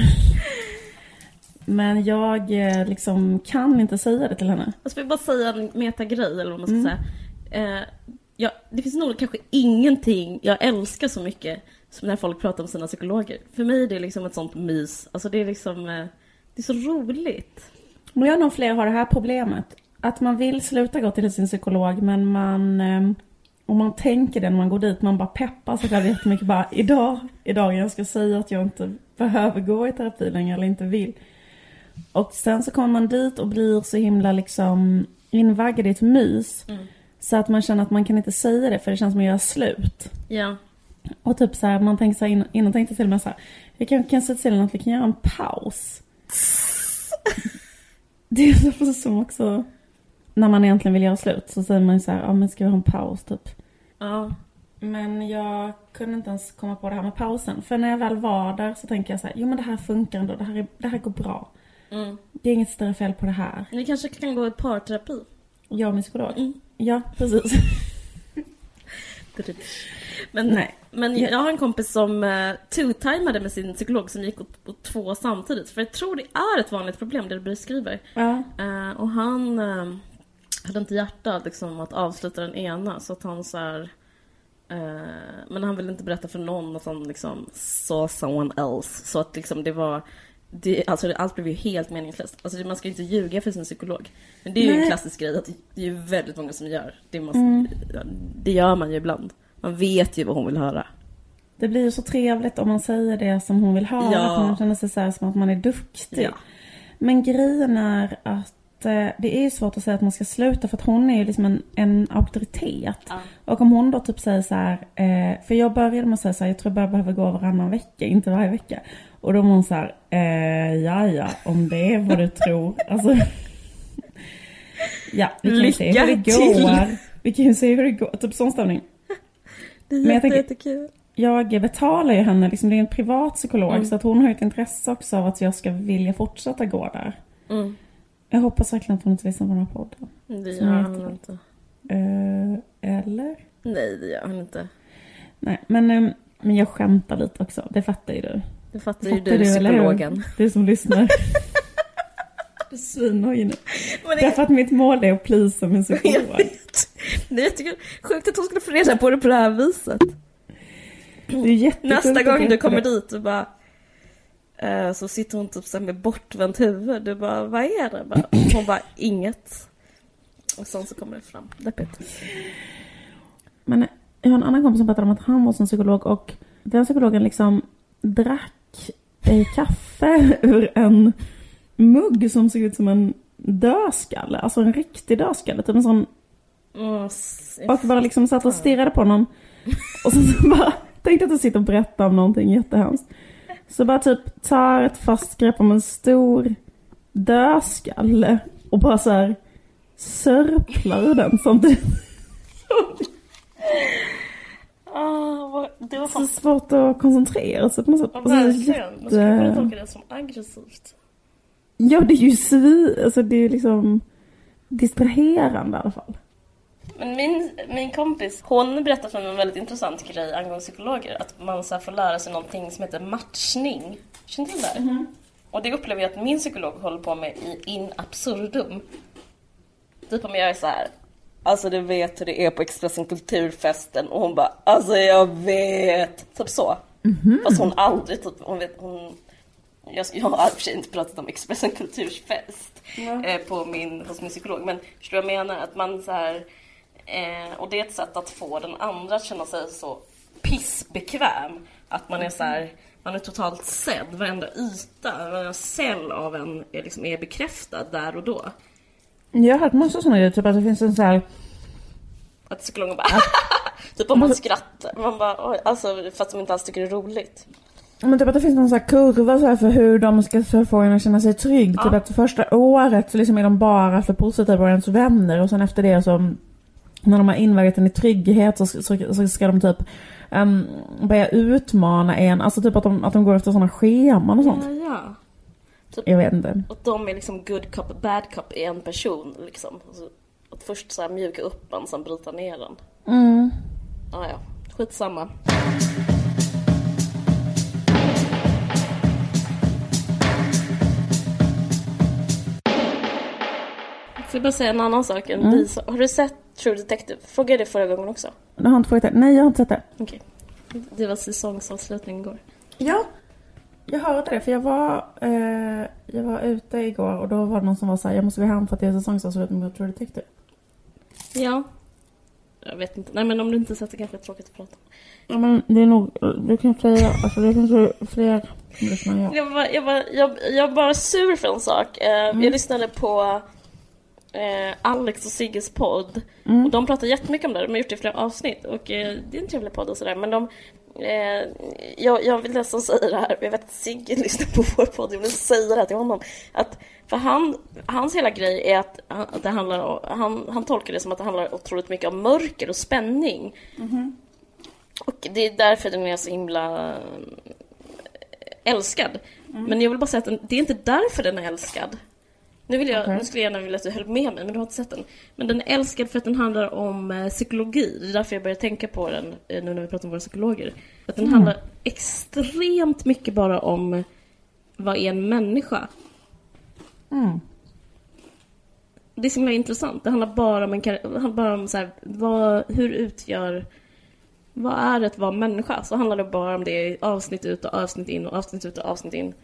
Men jag liksom kan inte säga det till henne. Jag ska bara säga en metagrej eller vad man ska säga. Det finns nog kanske ingenting jag älskar så mycket som när folk pratar om sina psykologer. För mig är det liksom ett sånt mys. Alltså det är liksom, det är så roligt. Men jag nog fler har det här problemet. Att man vill sluta gå till sin psykolog, men om man tänker det när man går dit, man bara peppar sig själv jättemycket. Bara idag jag ska säga att jag inte behöver gå i terapi längre eller inte vill. Och sen så kommer man dit och blir så himla liksom invaggad i ett mys. Så att man känner att man kan inte säga det, för det känns som att göra slut. Ja. Och typ så här, man tänker så här, innan tänkte jag till och med så här, jag kan säga till att vi kan göra en paus. Det är så som också, när man egentligen vill göra slut så säger man så här, ja men ska vi ha en paus typ. Ja. Men jag kunde inte ens komma på det här med pausen. För när jag väl var där så tänker jag så här, jo men det här funkar ändå, det här går bra. Det är inget större fel på det här. Ni kanske kan gå i parterapi. Jag och min psykolog. Ja, precis. Men jag har en kompis som two-timade med sin psykolog som gick på 2 samtidigt. För jag tror det är ett vanligt problem det du beskriver. Ja. Och han hade inte hjärta liksom, att avsluta den ena. Så att han så här, men han ville inte berätta för någon att han liksom saw someone else. Så att liksom allt blev ju helt meningslöst. Alltså man ska inte ljuga för sin psykolog. Men det är ju en klassisk grej att det är ju väldigt många som gör. Det gör man ju ibland. Man vet ju vad hon vill höra. Det blir ju så trevligt om man säger det som hon vill höra. Ja. För man känner sig så här som att man är duktig. Ja. Men grejen är att det är ju svårt att säga att man ska sluta. För att hon är ju liksom en auktoritet. Ja. Och om hon då typ säger så här. För jag började med att säga så här. Jag tror jag bara behöver gå varannan vecka. Inte varje vecka. Och då var hon så här. Ja, om det är vad du tror. Alltså. Ja, vi kan ju se hur det går. Vi kan ju se hur det går. Typ sån stämning. Det är jättekul. Jag betalar ju henne, liksom, det är en privat psykolog. Så att hon har ett intresse också av att jag ska vilja fortsätta gå där. Jag hoppas verkligen att hon inte lyssnar på den här podden. Det gör hon inte. Eller? Nej, det gör hon inte. Nej, men jag skämtar lite också. Det fattar ju du. Det fattar ju du, psykologen. Du som lyssnar. Det svinhöj nu. Därför att mitt mål är att plisa min psykolog. Nej, jag tycker sjukt att hon skulle få reda på det på det här viset. Det är nästa gång du kommer dit och bara så sitter hon typ så med bortvänt huvud. Du bara, vad är det? Hon bara, inget. Och sen så kommer det fram. Deppigt. Men jag har en annan kompis som berättade om att han var som psykolog. Och den psykologen liksom drack kaffe ur en mugg som såg ut som en dödskalle. Alltså en riktig dödskalle. Typ en sån. Och bara liksom satt och stirrade på honom. Och så bara tänkte att du sitter och berättar om någonting jättehemskt. Så bara typ tar ett fast grepp om en stor dödskalle och bara så här sörplar den samtidigt. Det var så svårt att koncentrera sig på något sätt. Verkligen. Man skulle kunna tolka det som aggressivt. Ja, det är ju alltså det är ju liksom distraherande i alla fall. Men min kompis, hon berättade för mig en väldigt intressant grej angående psykologer. Att man så här får lära sig någonting som heter matchning. Känner du det? Mm. Och det upplever jag att min psykolog håller på med in absurdum. Typ om jag är så här. Alltså du vet hur det är på Expressen kulturfesten. Och hon bara, alltså jag vet. Typ så. Mm-hmm. Fast hon aldrig typ, jag har för sig inte pratat om Expressen kulturfest hos min psykolog. Men förstår jag menar att man så här, och det är ett sätt att få den andra att känna sig så pissbekväm Att man är så här, man är totalt sedd. Varenda yta, varenda cell av en är bekräftad där och då. Jag har hört massa sådana grejer, typ att det finns en så här... Att psykologen bara... typ om man skrattar. Man bara, oj, alltså, fast de inte alls tycker det är roligt. Men typ att det finns någon så här kurva så här för hur de ska få en att känna sig trygg. Typ att första året så liksom är de bara för positiva och ens vänner. Och sen efter det så, när de har invägt en i trygghet så ska de typ börja utmana en. Alltså typ att de går efter sådana scheman och sånt. Ja. Typ, jag vet inte. Och de är liksom good cop, bad cop i en person liksom. Alltså, att först så här mjuka upp en, sen bryta ner den. Ja, skitsamma. Får jag bara säga en annan sak? Har du sett True Detective? Frågade jag det förra gången också. Jag har inte frågat det. Nej, jag har inte sett det. Okej. Det var säsongsavslutning igår. Ja, jag hörde det. För jag var ute igår och då var det någon som var så här: jag måste gå hem för att det är säsongsavslutning med True Detective. Ja. Jag vet inte. Nej, men om du inte sett det kanske är tråkigt att prata. Ja, men det är nog... Det kan fler Jag var bara sur för en sak. Jag lyssnade på Alex och Sigges podd. Och de pratar jättemycket om det. De har gjort det i flera avsnitt. Och det är en trevlig podd och sådär. Men jag vill nästan säga det här. Jag vet att Sigge lyssnar på vår podd. Jag vill säga det här till honom. Att för hans hela grej är att det handlar om, han tolkar det som att det handlar otroligt mycket om mörker och spänning. Och det är därför den är så himla älskad. Men jag vill bara säga att det är inte därför den är älskad. Nu skulle jag gärna vilja att du höll med mig, men du har inte sett den. Men den är älskad för att den handlar om psykologi. Det är därför jag börjar tänka på den nu när vi pratar om våra psykologer. Att den handlar extremt mycket bara om vad är en människa. Det är så himla intressant. Det handlar bara om så här, vad är det att vara människa? Så handlar det bara om det avsnitt ut och avsnitt in och avsnitt ut och avsnitt in.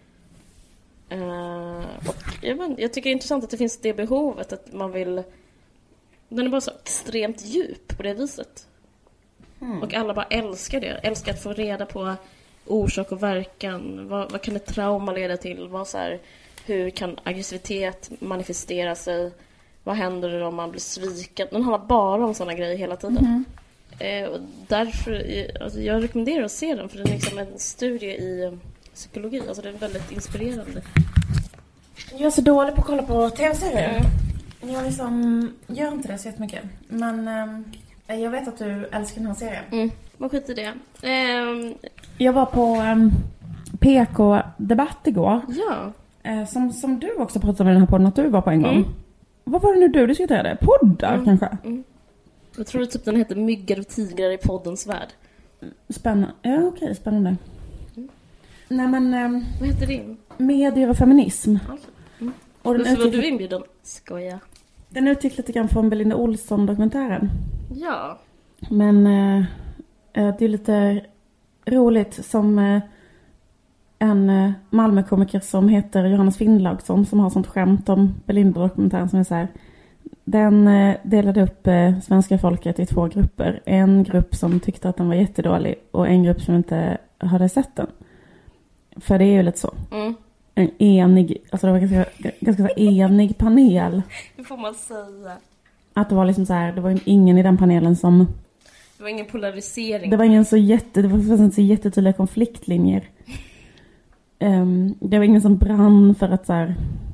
Och jag tycker det är intressant att det finns det behovet att man vill. Den är bara så extremt djup på det viset. Och alla bara älskar det. Älskar att få reda på orsak och verkan. Vad kan ett trauma leda till? Hur kan aggressivitet manifestera sig? Vad händer om man blir sviken? Den handlar bara om sådana grejer hela tiden. Och därför, alltså jag rekommenderar att se den. För den är liksom en studie i psykologi. Alltså det är väldigt inspirerande. Jag är så dålig på att kolla på tv-serier. Jag gör inte det så jättemycket. Men jag vet att du älskar den här serien. Vad skit i det. Jag var på PK-debatt igår. Ja. Som du också pratade om i den här podden att du var på en gång. Vad var det nu du diskuterade? Poddar kanske? Jag tror typ den heter Myggar och tigrar i poddens värld. Spännande. Ja, okej, spännande. Nej, men... vad heter din? Medier och feminism. Okay. Och så var du inbjuden? Skoja. Den utgick lite grann från Belinda Olsson-dokumentären. Ja. Men det är lite roligt som en Malmö-komiker som heter Johannes Finnlaugsson som har sånt skämt om Belinda-dokumentären som är så här. Den delade upp svenska folket i 2 grupper. En grupp som tyckte att den var jättedålig och en grupp som inte hade sett den. För det är ju lite så. En enig, alltså det var ganska så enig panel. Det får man säga. Att det var liksom så här, det var ingen i den panelen som... Det var ingen polarisering. Det var inte så jättetydliga konfliktlinjer. Det var ingen som brann för att så här...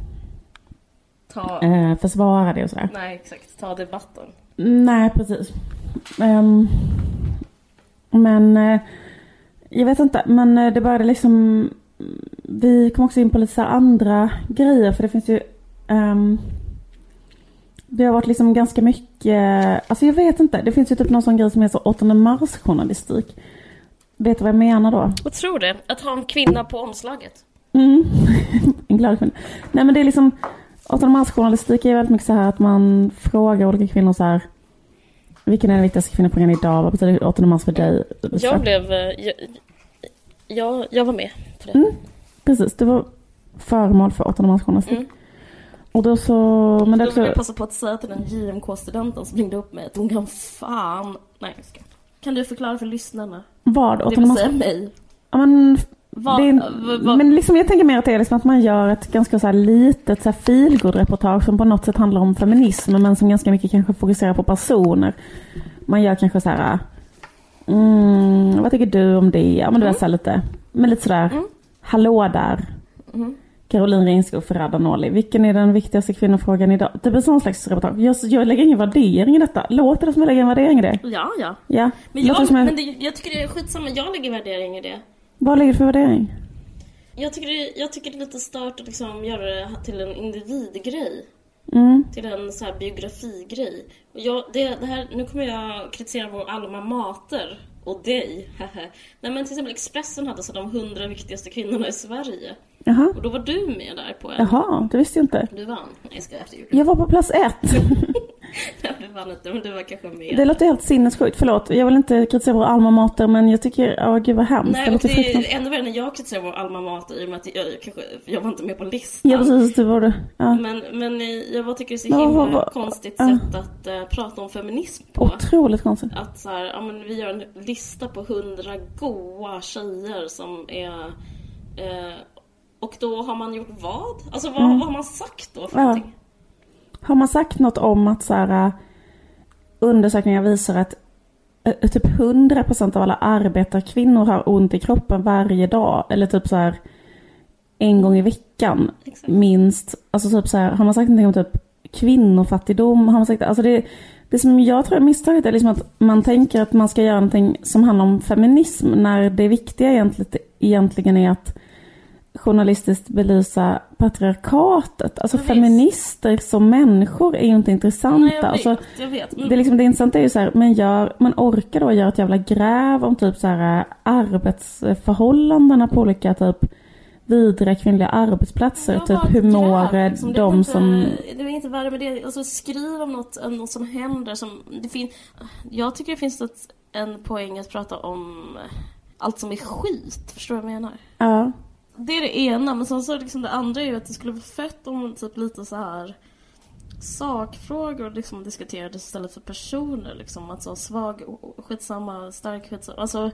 försvara det och sådär. Nej, exakt. Ta debatten. Nej, precis. Men jag vet inte. Men det började liksom... Vi kom också in på lite så andra grejer. För det finns ju... det har varit liksom ganska mycket... Alltså jag vet inte. Det finns ju typ någon sån grej som är så 8 mars-journalistik. Vet du vad jag menar då? Vad tror du? Att ha en kvinna på omslaget? En glad kvinna. Nej, men det är liksom... 8 mars-journalistik är väldigt mycket så här att man frågar olika kvinnor så här: vilken är den viktigaste kvinnofrågan idag? Vad betyder 8 mars för dig? Jag var med på det. Precis, det var föremål för 8 mars-journalistik. Och då så... Men det då vill jag passa på att säga till den JMK-studenten som ringde upp mig att hon kan fan... Nej, kan du förklara för lyssnarna? Vad? 8 det vill säga mig. Men, men liksom, jag tänker mer att det är liksom att man gör ett ganska så här litet så här feelgood-reportage som på något sätt handlar om feminism, men som ganska mycket kanske fokuserar på personer. Man gör kanske så här vad tycker du om det? Ja, men du vet så här lite, men lite sådär hallå där. Caroline Ringskog för Radha Noli. Vilken är den viktigaste kvinnofrågan idag? Det blir sån slags reportage. Jag lägger ingen värdering i detta. Låter det som jag lägger en värdering i det? Ja. Men jag tycker det är skitsamma. Jag lägger värdering i det. Vad lägger du för värdering? Jag tycker det är lite stört att liksom göra det till en individgrej. Till en så här biografigrej. Och det här, nu kommer jag kritisera vår alma mater och dig. Nej, men till exempel Expressen hade så de 100 viktigaste kvinnorna i Sverige. Jaha. Och då var du med där på en. Jaha, det visste jag inte. Du vann. Nej, jag var på plats 1. Du vann inte, men du var kanske med. Det låter helt sinnessjukt, förlåt. Jag vill inte kritisera vår alma mater, men jag tycker, gud vad hemskt. Nej, det är ännu värre när jag kritiserar vår alma mater i och med att jag var inte med på listan. Ja, precis, det var det. Ja. Men jag bara tycker det är så himla konstigt sätt att prata om feminism på. Otroligt konstigt. Att så här, men vi gör en lista på 100 goa tjejer som är... och då har man gjort vad? Alltså vad har man sagt då för någonting? Har man sagt något om att så här, undersökningar visar att typ 100% av alla arbetarkvinnor har ont i kroppen varje dag, eller typ så här en gång i veckan. Exakt. Minst, alltså typ så här, har man sagt någonting om typ kvinnofattigdom, har man sagt, alltså det som jag tror är misstaget är liksom att man tänker att man ska göra någonting som handlar om feminism, när det viktiga egentligen är att journalistiskt belysa patriarkatet. Alltså feminister som människor är ju inte intressanta. Nej, jag vet. Det är liksom, det intressanta är ju så här, men man orkar då göra ett jävla gräv om typ så här arbetsförhållandena på olika typ vidriga kvinnliga arbetsplatser, typ hur mår liksom, de som... Det är inte värre med det. Alltså skriv om något som händer som jag tycker det finns en poäng att prata om allt som är skit. Förstår du vad jag menar? Ja. Det är det ena, men så liksom det andra är ju att det skulle vara fett om typ lite så här sakfrågor liksom diskuterades istället för personer liksom, att så svag skitsamma, stark skitsamma, alltså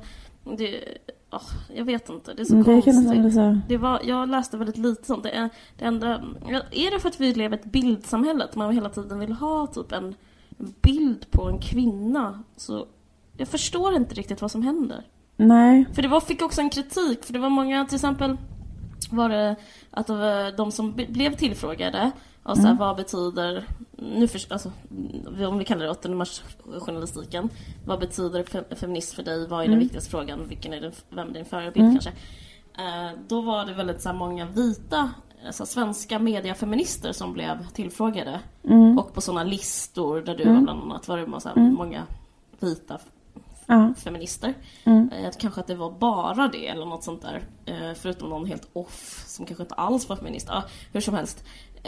jag vet inte, det är så konstigt. Jag läste väldigt lite sånt. Det enda, är det för att vi lever i ett bildsamhälle att man hela tiden vill ha typ en bild på en kvinna, så jag förstår inte riktigt vad som händer. Nej. För fick också en kritik, för det var många, till exempel var det att de som blev tillfrågade och så här, vad betyder alltså, om vi kallar det 8 mars journalistiken, vad betyder feminist för dig, vad är den viktigaste frågan, vem är din förebild kanske, då var det väldigt så här, många vita så här, svenska mediafeminister som blev tillfrågade och på sådana listor där du var bland annat, var det så här, många vita feminister. Kanske att det var bara det eller något sånt där, förutom någon helt off som kanske inte alls var feminist. Hur som helst,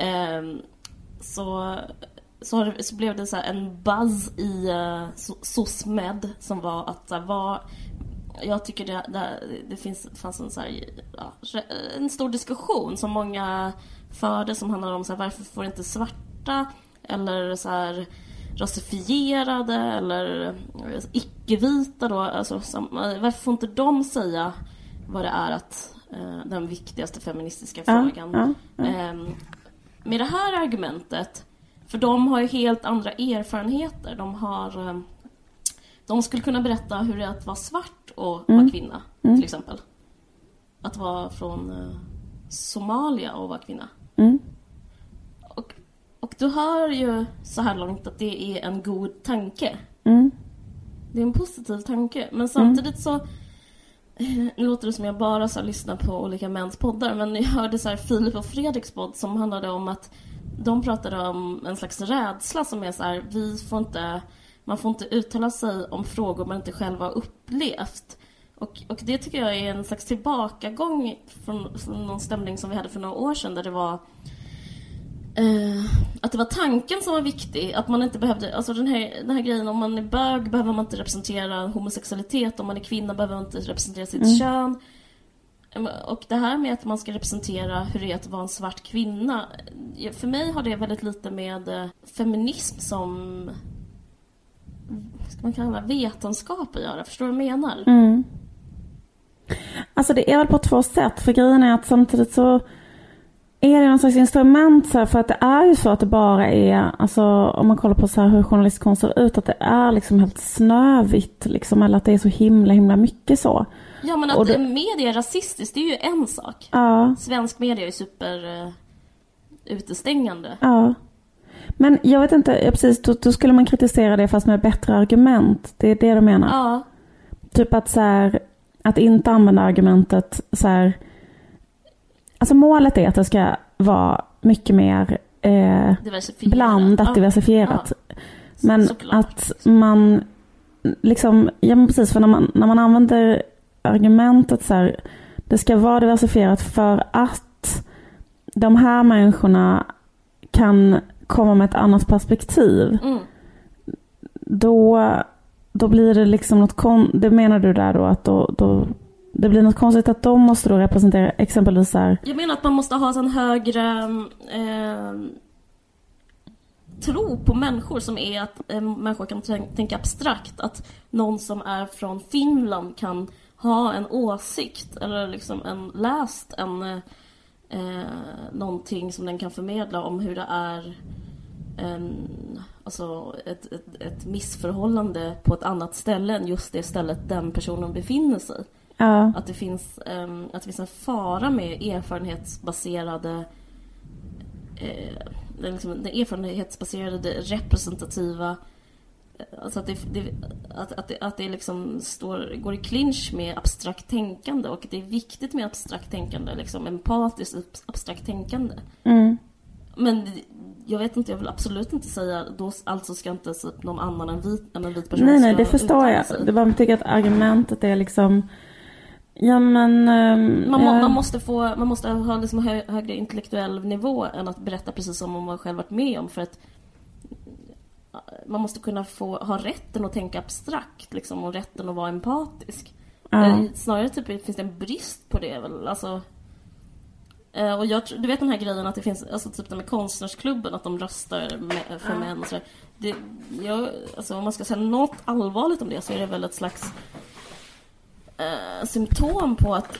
så blev det så här en buzz i SOSMED som var att jag tycker det fanns en så här, en stor diskussion som många förde som handlar om så här, varför får inte svarta eller så här rasifierade eller icke-vita då, alltså, varför får inte de säga vad det är att den viktigaste feministiska frågan med det här argumentet, för de har ju helt andra erfarenheter, de skulle kunna berätta hur det är att vara svart och vara kvinna till exempel, att vara från Somalia och vara kvinna. Och du hör ju så här långt att det är en god tanke. Det är en positiv tanke. Men samtidigt så nu låter det som jag bara så lyssnar på olika mäns poddar. Men jag hörde så här Filip och Fredriks podd som handlade om att de pratade om en slags rädsla som är så här, man får inte uttala sig om frågor man inte själv har upplevt. Och det tycker jag är en slags tillbakagång från någon stämning som vi hade för några år sedan, där det var att det var tanken som var viktig, att man inte behövde, alltså den här grejen, om man är bög behöver man inte representera homosexualitet, om man är kvinna behöver man inte representera sitt kön, och det här med att man ska representera hur det är att vara en svart kvinna, för mig har det väldigt lite med feminism som, ska man kalla vetenskap att göra, förstår du vad jag menar? Alltså det är väl på två sätt. För grejen är att samtidigt så är det någon slags instrument så här, för att det är ju så att det bara är, alltså om man kollar på så här hur journalistkonst ser ut, att det är liksom helt snövitt liksom, eller att det är så himla mycket så. Ja, men att media är rasistiskt, det är ju en sak. Ja. Svensk media är super utestängande. Ja. Men jag vet inte, precis, då skulle man kritisera det fast med bättre argument. Det är det du menar. Ja. Typ att så här, att inte använda argumentet så här. Alltså målet är att det ska vara mycket mer diversifierat. Ja. Men såklart. att man liksom, ja men precis, för när man använder argumentet så här, det ska vara diversifierat för att de här människorna kan komma med ett annat perspektiv. Då blir det liksom något det menar du där då att då det blir något konstigt att de måste då representera exempelvis så här. Jag menar att man måste ha en högre tro på människor, som är att människor kan tänka abstrakt, att någon som är från Finland kan ha en åsikt eller liksom läst någonting som den kan förmedla om hur det är alltså ett missförhållande på ett annat ställe än just det stället den personen befinner sig. Ja. Att det finns en fara med erfarenhetsbaserade liksom det erfarenhetsbaserade representativa, alltså att det liksom går i clinch med abstrakt tänkande, och det är viktigt med abstrakt tänkande, liksom empatiskt abstrakt tänkande. Men jag vet inte, jag vill absolut inte säga då, alltså ska inte någon annan än en vit person. Nej, det förstår jag. Det var man tycker att argumentet är liksom, ja men man måste ha liksom högre intellektuell nivå än att berätta precis som om man själv varit med om, för att man måste kunna ha rätten att tänka abstrakt liksom, och rätten att vara empatisk. Snarare typ finns det en brist på det väl, alltså. Och du vet den här grejen att det finns, alltså typ det med konstnärsklubben, att de röstar för män och så där. Alltså om man ska säga något allvarligt om det, så är det väl ett slags symptom på att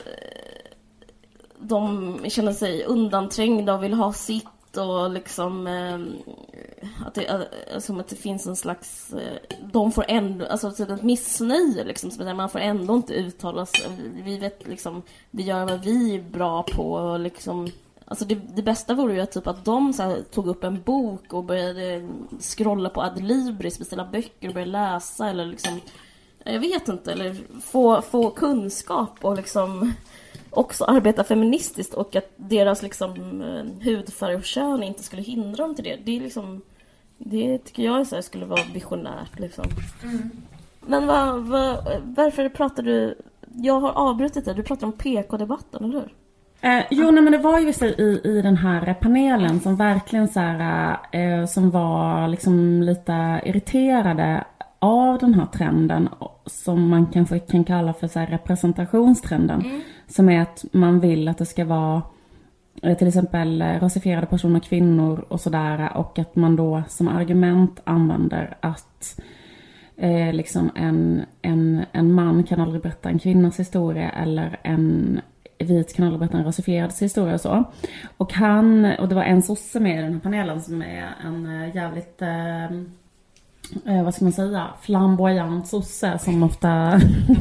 de känner sig undanträngda och vill ha sitt, och liksom att det finns en slags de får ändå, alltså ett missnöje liksom, så man får ändå inte uttala sig. Vi vet liksom, vi gör vad vi är bra på, och liksom, alltså det bästa vore ju att typ att de så här, tog upp en bok och började scrolla på Adlibris, beställa böcker och börja läsa, eller liksom, jag vet inte, eller få kunskap och liksom också arbeta feministiskt, och att deras liksom hudfärg och kön inte skulle hindra dem till det. Det är liksom, det tycker jag så här skulle vara visionärt liksom. Men varför pratar du? Jag har avbrutit det. Du pratar om PK-debatten, eller hur? Jo, nej, men det var ju vissa i den här panelen som verkligen så här, som var liksom lite irriterade av den här trenden som man kanske kan kalla för så här representationstrenden, som är att man vill att det ska vara till exempel rasifierade personer, kvinnor och sådär, och att man då som argument använder att liksom en man kan aldrig berätta en kvinnas historia, eller en vit kan aldrig berätta en rasifierad historia och så. Och det var en sosse med i den här panelen som är en jävligt vad ska man säga, flamboyant sosse, som ofta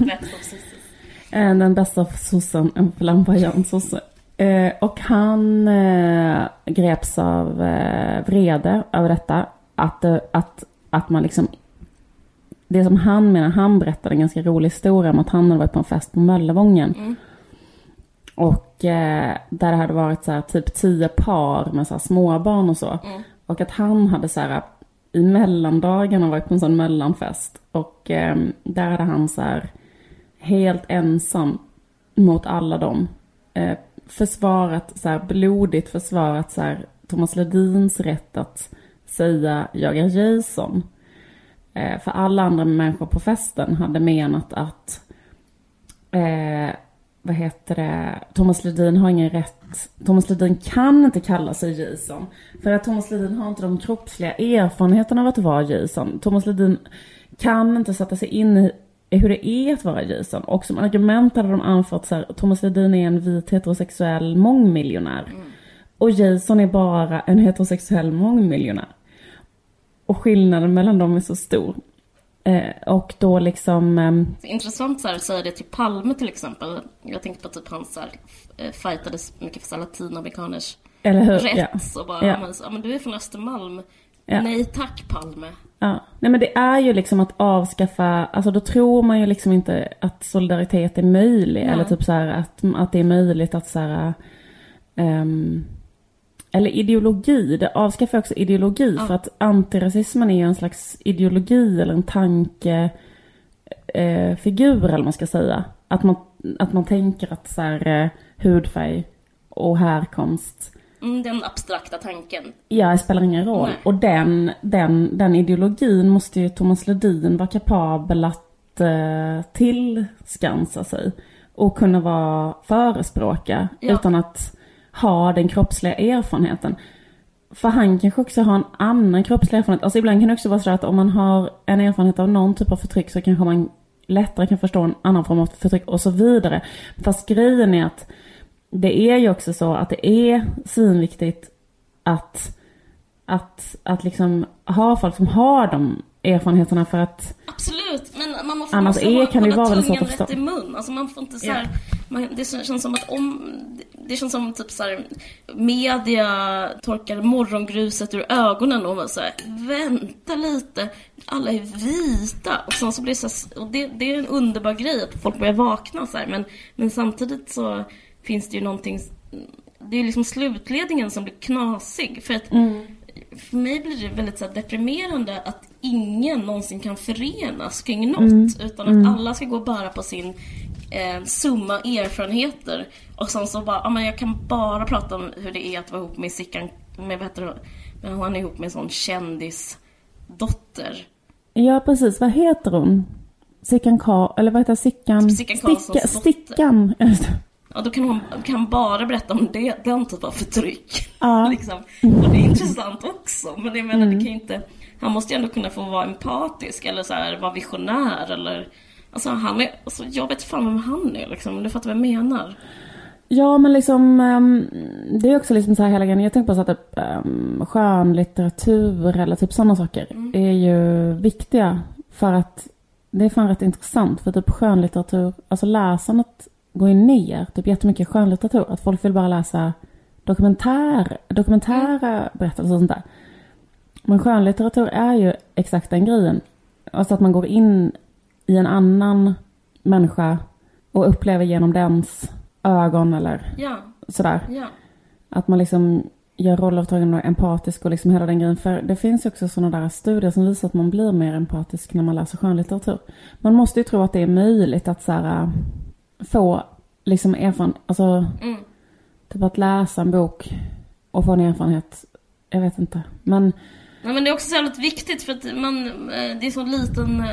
den bästa sossen, en flamboyant sosse. Och han greps av vrede över detta, att man liksom, det som han berättade en ganska rolig historia om att han hade varit på en fest på Möllevången. Och där det hade varit så här, typ 10 par med så här småbarn och så. Och att han hade så här i mellandagarna varit på en sån mellanfest. Och där hade han så här helt ensam mot alla dem försvarat, så här blodigt försvarat så här Thomas Ledins rätt att säga jag är Jason. För alla andra människor på festen hade menat att Thomas Ledin har ingen rätt. Thomas Ledin kan inte kalla sig Jason, för att Thomas Ledin har inte de kroppsliga erfarenheterna av att vara Jason. Thomas Ledin kan inte sätta sig in hur det är att vara Jason. Och som argument hade de anfört så här, Thomas Ledin är en vit heterosexuell mångmiljonär. Och Jason är bara en heterosexuell mångmiljonär. Och skillnaden mellan dem är så stor. Och då liksom... Intressant så här, att säga det till Palme till exempel. Jag tänkte på typ han så här, fightades mycket för så latinamerikaners rätt. Ja. Så bara, men du är från Östermalm. Ja. Nej tack Palme. Ja. Nej men det är ju liksom att avskaffa, alltså då tror man ju liksom inte att solidaritet är möjlig. Eller typ så här att det är möjligt att så här... eller ideologi, det avskaffar också ideologi för att antirasismen är ju en slags ideologi eller en tankefigur eller vad man ska säga. Att man tänker att så här, hudfärg och härkomst. Den abstrakta tanken. Ja, det spelar ingen roll. Nej. Och den ideologin måste ju Thomas Ledin vara kapabel att tillskansa sig och kunna vara förespråka utan att ha den kroppsliga erfarenheten. För han kanske också har en annan kroppslig erfarenhet. Alltså ibland kan det också vara så att om man har en erfarenhet av någon typ av förtryck så kanske man lättare kan förstå en annan form av förtryck och så vidare. Fast grejen är att det är ju också så att det är svinviktigt att liksom ha folk som har de erfarenheterna för att... Absolut, men man måste annars kan det ju vara väldigt svårt att förstå. Rätt i mun. Alltså man får inte så här, det känns som att det känns som typ så här, media torkar morgongruset ur ögonen och så här, vänta lite, alla är vita och sen så blir det så här, och det är en underbar grej att folk börjar vakna så här, men samtidigt så finns det ju någonting, det är liksom slutledningen som blir knasig för att för mig blir det väldigt så här deprimerande att ingen någonsin kan förenas kring något utan att alla ska gå bara på sin summa erfarenheter och sen så bara, men jag kan bara prata om hur det är att vara ihop med Sickan, med vad heter det, hon är ihop med en sån kändisdotter. Ja precis, vad heter hon? Sickan eller vad heter Sickan? Stickan. Ja, då kan hon bara berätta om den typ av förtryck. Ja. Liksom. Och det är intressant också. Men jag menar, det kan inte... Han måste ju ändå kunna få vara empatisk eller så här, vara visionär. Eller, alltså, jag vet fan vem han är. Liksom. Du fattar vad jag menar. Ja, men liksom... det är också liksom så här hela grejen. Jag tänker på så att typ, skönlitteratur eller typ sådana saker är ju viktiga. För att det är fan rätt intressant. För typ skönlitteratur... Alltså läsandet går ju ner typ jättemycket skönlitteratur. Att folk vill bara läsa dokumentära berättelser och sånt där. Men skönlitteratur är ju exakt den grejen. Alltså att man går in i en annan människa och upplever genom dens ögon eller sådär. Ja. Att man liksom gör rollavtagande och empatisk och liksom hela den grejen. För det finns ju också sådana där studier som visar att man blir mer empatisk när man läser skönlitteratur. Man måste ju tro att det är möjligt att så här, få liksom erfarenhet, alltså typ att läsa en bok och få en erfarenhet, jag vet inte, men det är också så väldigt viktigt för att det är så liten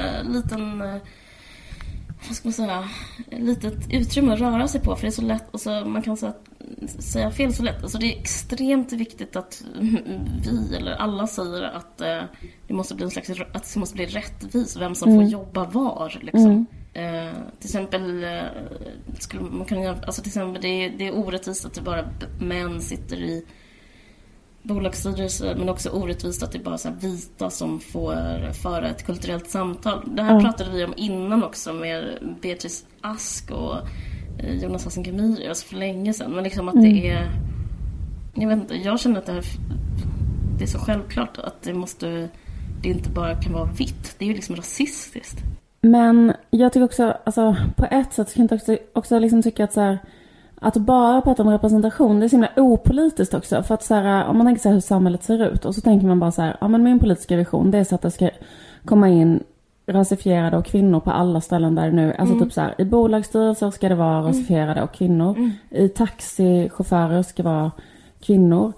vad ska man säga, litet utrymme att röra sig på för det är så lätt, alltså man kan säga fel så lätt, alltså det är extremt viktigt att vi eller alla säger att det måste bli att det måste bli rättvis vem som får jobba var liksom. Till exempel det är orättvist att det bara män sitter i bolagsstyrelser, men också orättvist att det är bara så här vita som får föra ett kulturellt samtal. Det här pratade vi om innan också med Beatrice Ask och Jonas Hassan Khemiri, alltså för länge sedan, men liksom att det är, jag vet inte, jag känner att det är så självklart att det inte bara kan vara vitt, det är ju liksom rasistiskt. Men jag tycker också, alltså på ett sätt kan jag också liksom tycka att så här, att bara prata om representation, det är så himla opolitiskt också. För att så här, om man tänker så här hur samhället ser ut och så tänker man bara så här, ja men min politiska vision det är så att det ska komma in rasifierade och kvinnor på alla ställen där nu. Alltså typ så här, i bolagsstyrelser ska det vara rasifierade och kvinnor. I taxichaufförer ska det vara kvinnor.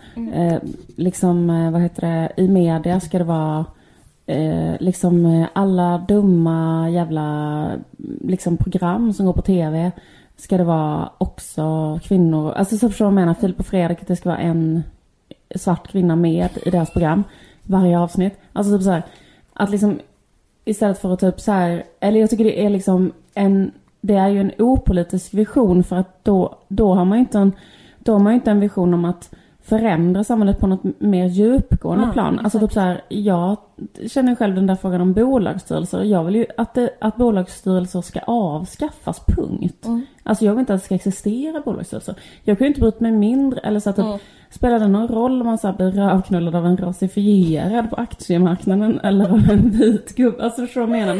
I media ska det vara liksom alla dumma jävla liksom program som går på tv ska det vara också kvinnor. Alltså så förstår jag menar, Filip och Fredrik, att det ska vara en svart kvinna med i deras program varje avsnitt. Alltså typ så här, att liksom istället för att typ så här, eller jag tycker det är liksom det är ju en opolitisk vision, för att då har man inte en vision om att förändra samhället på något mer djupgående plan. Alltså typ så här, jag känner själv den där frågan om bolagsstyrelser. Jag vill ju att bolagsstyrelser ska avskaffas, punkt. Alltså jag vill inte att det ska existera bolagsstyrelser. Jag kan ju inte bryta mig mindre, eller så att spelar det någon roll om man så här blir rövknullad av en rasifierad på aktiemarknaden eller av en vit gubbe. Alltså så menar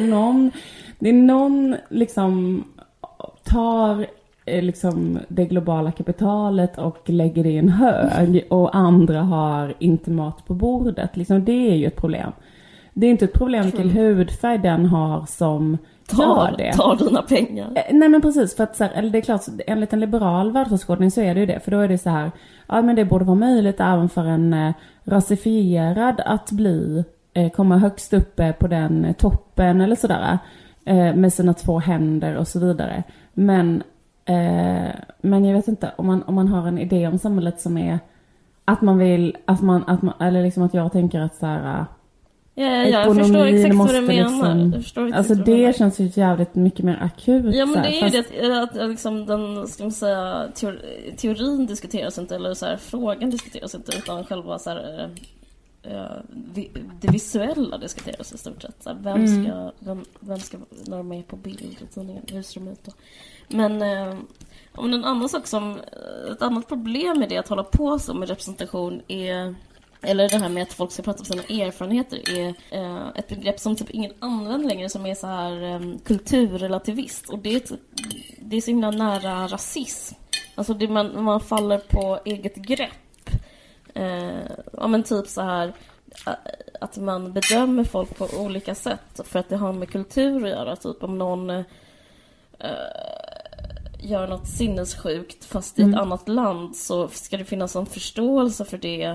någon liksom tar liksom det globala kapitalet och lägger det i en hög och andra har inte mat på bordet. Liksom, det är ju ett problem. Det är inte ett problem vilken hudfärg den har som gör det. Tar dina pengar. Nej men precis, för att så här, eller det är klart, enligt en liberal världsåskådning så är det ju det. För då är det så här, ja men det borde vara möjligt även för en rasifierad att komma högst uppe på den toppen eller sådär. Med sina 2 händer och så vidare. Men jag vet inte om man har en idé om samhället som är att man vill eller liksom att jag tänker att så här, jag förstår exakt vad du menar. Liksom, alltså det känns ju jävligt mycket mer akut. Ja men det är ju det att liksom den, ska man säga, teorin diskuteras inte, eller så här, frågan diskuteras inte, utan själva så här, det visuella diskuteras i stort sett. Så här, vem ska när de är på bild i tidningen, hur ser de ut då? Men om en annan sak som ett annat problem med det att hålla på så med representation är, eller det här med att folk ska prata om sina erfarenheter, är ett begrepp som typ ingen använder längre, som är så här kulturrelativist, och det är så himla nära rasism. Alltså det man faller på eget grepp. Ja men typ så här att man bedömer folk på olika sätt för att det har med kultur att göra. Typ om någon gör något sinnessjukt fast i ett annat land, så ska det finnas en förståelse för det.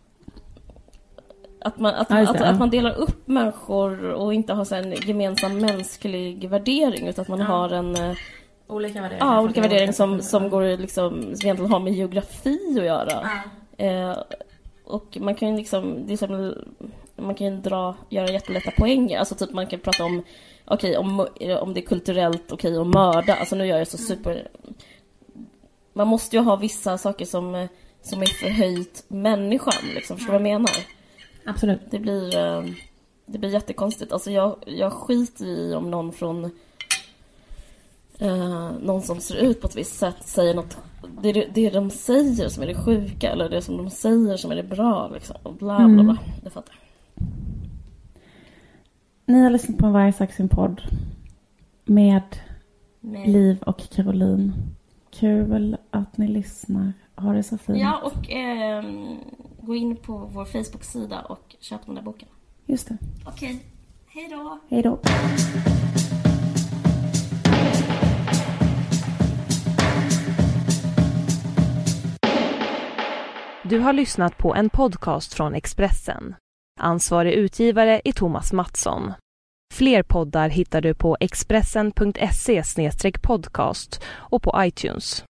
Att man delar upp människor och inte har så en gemensam mänsklig värdering, utan att man har en olika värderingar. Olika värderingar som går liksom, som egentligen har med geografi att göra. Och man kan ju liksom, det är som, man kan göra jättelätta poänger. Alltså typ man kan prata om om det är kulturellt okej att mörda. Alltså nu gör jag så super. Man måste ju ha vissa saker som är förhöjt människan liksom, förstår du vad jag menar? Absolut. Det blir jättekonstigt. Alltså jag skiter i om någon från någon som ser ut på ett visst sätt säger något. Det de säger som är det sjuka, eller det som de säger som är det bra liksom, och bla bla bla. Det fattar. Ni har lyssnat på en Varje sak sin podd med Liv och Caroline. Kul att ni lyssnar. Ha det så fint. Ja, och gå in på vår Facebook-sida och köp den där boken. Just det. Okej. Hej då. Hej då. Du har lyssnat på en podcast från Expressen. Ansvarig utgivare är Thomas Mattsson. Fler poddar hittar du på expressen.se/podcast och på iTunes.